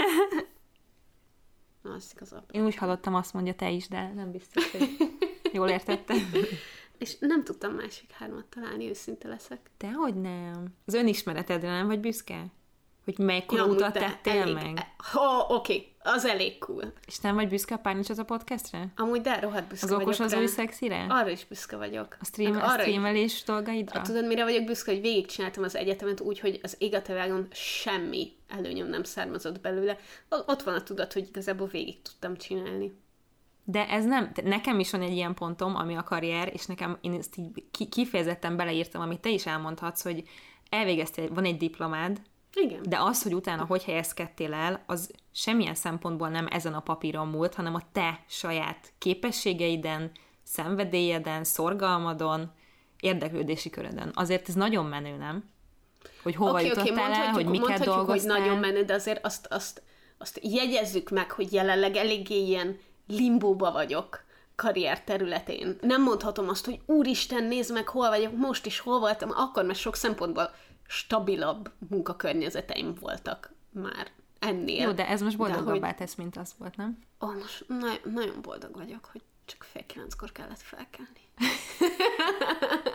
Na, az igazabb. Én úgy hallottam, azt mondja te is, de nem biztos, hogy jól értettem. És nem tudtam másik hármat találni, őszinte leszek. Dehogy nem. Az önismeretedre nem vagy büszke? Hogy mekkora ja, utat tettél elég, meg? Oh, oké, okay. Az elég cool. És nem vagy büszke a Párnicsata podcastre? Amúgy de rohadt büszke az vagyok okos az rá. Új szexire? Arra is büszke vagyok. A, stream, a streamelés is... dolgaidra? Tudod, mire vagyok büszke, hogy végigcsináltam az egyetemet úgy, hogy az ég a tevágon semmi előnyöm nem származott belőle. Ott van a tudat, hogy igazából végig tudtam csinálni. De ez nem, nekem is van egy ilyen pontom, ami a karrier, és nekem én ezt így kifejezetten beleírtam, amit te is elmondhatsz, hogy elvégeztél, van egy diplomád, igen. De az, hogy utána hogy helyezkedtél el, az semmilyen szempontból nem ezen a papíron múlt, hanem a te saját képességeiden, szenvedélyeden, szorgalmadon, érdeklődési körödön. Azért ez nagyon menő, nem? Hogy hova okay, jutottál okay, el, hogy miket dolgoztál. Hogy nagyon menő, de azért azt, azt, azt jegyezzük meg, hogy jelenleg eléggé ilyen limbóba vagyok karrier területén. Nem mondhatom azt, hogy úristen, nézd meg, hol vagyok most is, hol voltam, akkor, mert sok szempontból stabilabb munkakörnyezeteim voltak már ennél. Jó, de ez most boldogabbá hogy... tesz, mint az volt, nem? Ó, most na- nagyon boldog vagyok, hogy csak fél kilenckor kellett felkelni.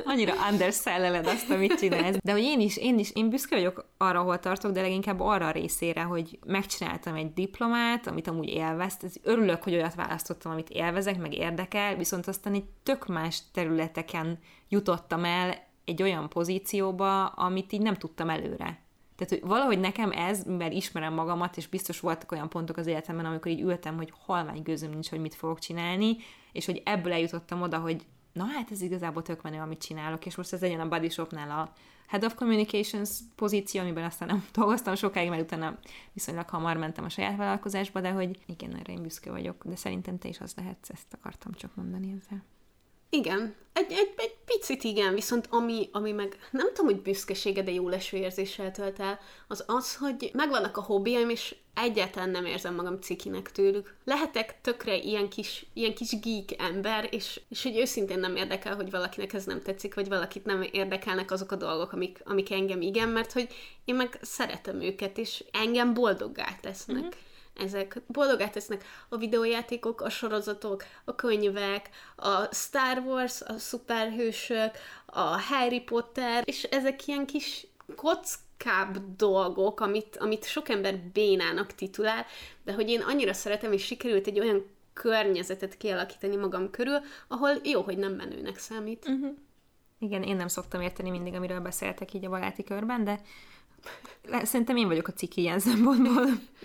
Annyira underselleled azt, amit csinálsz. De hogy én is, én is, én büszke vagyok arra, hol tartok, de leginkább arra a részére, hogy megcsináltam egy diplomát, amit amúgy élvezt. Örülök, hogy olyat választottam, amit élvezek, meg érdekel, viszont aztán egy tök más területeken jutottam el egy olyan pozícióba, amit így nem tudtam előre. Tehát, hogy valahogy nekem ez, mert ismerem magamat, és biztos voltak olyan pontok az életemben, amikor így ültem, hogy halvány gőzöm nincs, hogy mit fogok csinálni, és hogy ebből eljutottam oda, hogy na hát ez igazából tök menő, amit csinálok, és most ez legyen a Body Shopnál a Head of Communications pozíció, amiben aztán nem dolgoztam sokáig, mert utána viszonylag hamar mentem a saját vállalkozásba, de hogy igen, erre én büszke vagyok, de szerintem te is az lehetsz, ezt akartam csak mondani ezzel. Igen, egy, egy, egy picit igen, viszont ami, ami meg nem tudom, hogy büszkesége, de jó leső érzéssel tölt el, az az, hogy megvannak a hobbiaim, és egyáltalán nem érzem magam cikinek tőlük. Lehetek tökre ilyen kis, ilyen kis geek ember, és, és hogy őszintén nem érdekel, hogy valakinek ez nem tetszik, vagy valakit nem érdekelnek azok a dolgok, amik, amik engem igen, mert hogy én meg szeretem őket, és engem boldoggá tesznek. Mm-hmm. Ezek boldogá tesznek a videójátékok, a sorozatok, a könyvek, a Star Wars, a szuperhősök, a Harry Potter, és ezek ilyen kis kockább dolgok, amit, amit sok ember bénának titulál, de hogy én annyira szeretem, és sikerült egy olyan környezetet kialakítani magam körül, ahol jó, hogy nem menőnek számít. Uh-huh. Igen, én nem szoktam érteni mindig, amiről beszéltek így a baráti körben, de szerintem én vagyok a ciki ilyen szempontból.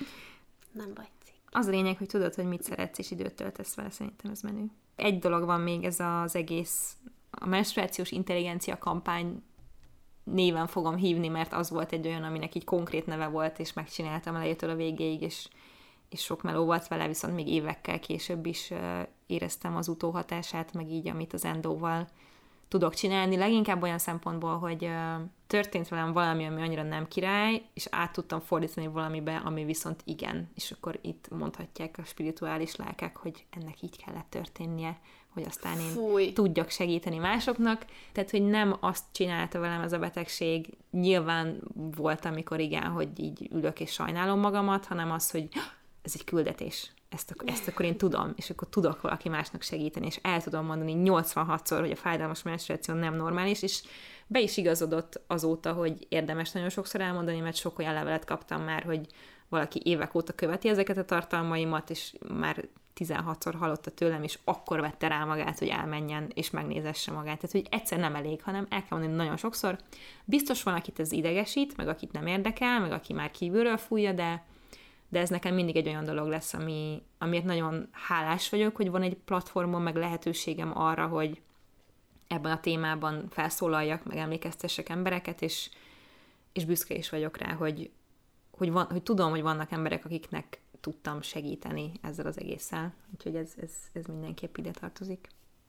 Nem vagy cikk. Az a lényeg, hogy tudod, hogy mit szeretsz, és időt töltesz vele, szerintem ez menő. Egy dolog van még, ez az egész, a menstruációs intelligencia kampány néven fogom hívni, mert az volt egy olyan, aminek így konkrét neve volt, és megcsináltam elejétől a végéig, és, és sok meló volt vele, viszont még évekkel később is uh, éreztem az utóhatását, meg így, amit az endóval tudok csinálni, leginkább olyan szempontból, hogy uh, történt velem valami, ami annyira nem király, és át tudtam fordítani valamibe, ami viszont igen. És akkor itt mondhatják a spirituális lelkek, hogy ennek így kellett történnie, hogy aztán én Fúj. tudjak segíteni másoknak. Tehát, hogy nem azt csinálta velem ez a betegség, nyilván volt, amikor igen, hogy így ülök és sajnálom magamat, hanem az, hogy ez egy küldetés. Ezt, ak- ezt akkor én tudom, és akkor tudok valaki másnak segíteni, és el tudom mondani nyolcvanhatszor, hogy a fájdalmas menstruáció nem normális, és be is igazodott azóta, hogy érdemes nagyon sokszor elmondani, mert sok olyan levelet kaptam már, hogy valaki évek óta követi ezeket a tartalmaimat, és már tizenhatszor hallotta tőlem, és akkor vette rá magát, hogy elmenjen, és megnézesse magát. Tehát, hogy egyszer nem elég, hanem el kell mondani nagyon sokszor. Biztos van, akit ez idegesít, meg akit nem érdekel, meg aki már kívülről fújja, de de ez nekem mindig egy olyan dolog lesz, ami, amiért nagyon hálás vagyok, hogy van egy platformon, meg lehetőségem arra, hogy ebben a témában felszólaljak, meg emlékeztessek embereket, és, és büszke is vagyok rá, hogy, hogy, van, hogy tudom, hogy vannak emberek, akiknek tudtam segíteni ezzel az egésszel. Úgyhogy ez, ez, ez mindenképp ide tartozik.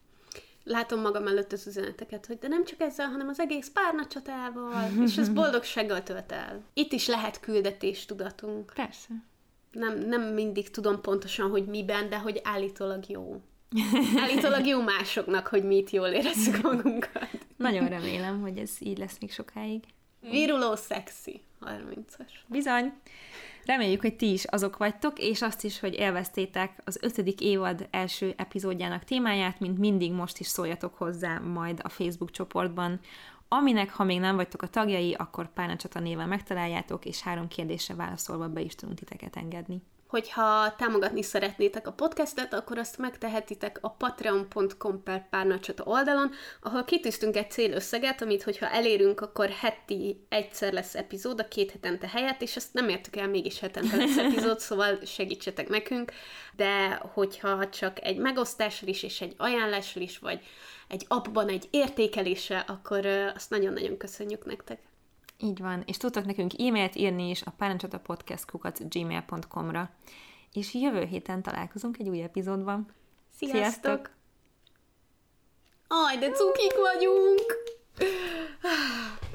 Látom magam előtt az üzeneteket, hogy de nem csak ezzel, hanem az egész párnacsatával, és ez boldogsággal tölt el. Itt is lehet küldetés tudatunk. Persze. Nem, nem mindig tudom pontosan, hogy miben, de hogy állítólag jó. Állítólag jó másoknak, hogy mi itt jól érezzük magunkat. Nagyon remélem, hogy ez így lesz még sokáig. Viruló szexi harmincas. Bizony. Reméljük, hogy ti is azok vagytok, és azt is, hogy élveztétek az ötödik évad első epizódjának témáját, mint mindig most is szóljatok hozzá majd a Facebook csoportban, aminek, ha még nem vagytok a tagjai, akkor Párnacsata néven megtaláljátok, és három kérdésre válaszolva be is tudunk titeket engedni. Hogyha támogatni szeretnétek a podcastet, akkor azt megtehetitek a patreon pont com per párnacsata oldalon, ahol kitűztünk egy célösszeget, amit hogyha elérünk, akkor heti egyszer lesz epizód a két hetente helyett, és ezt nem értük el, mégis hetente lesz epizód, szóval segítsetek nekünk, de hogyha csak egy megosztással is, és egy ajánlással is, vagy egy appban egy értékeléssel, akkor azt nagyon-nagyon köszönjük nektek. Így van, és tudtok nekünk e-mailt írni is a párnacsatapodcast kukac gmail pont com-ra, és jövő héten találkozunk egy új epizódban. Sziasztok! Sziasztok! Aj, de cukik vagyunk!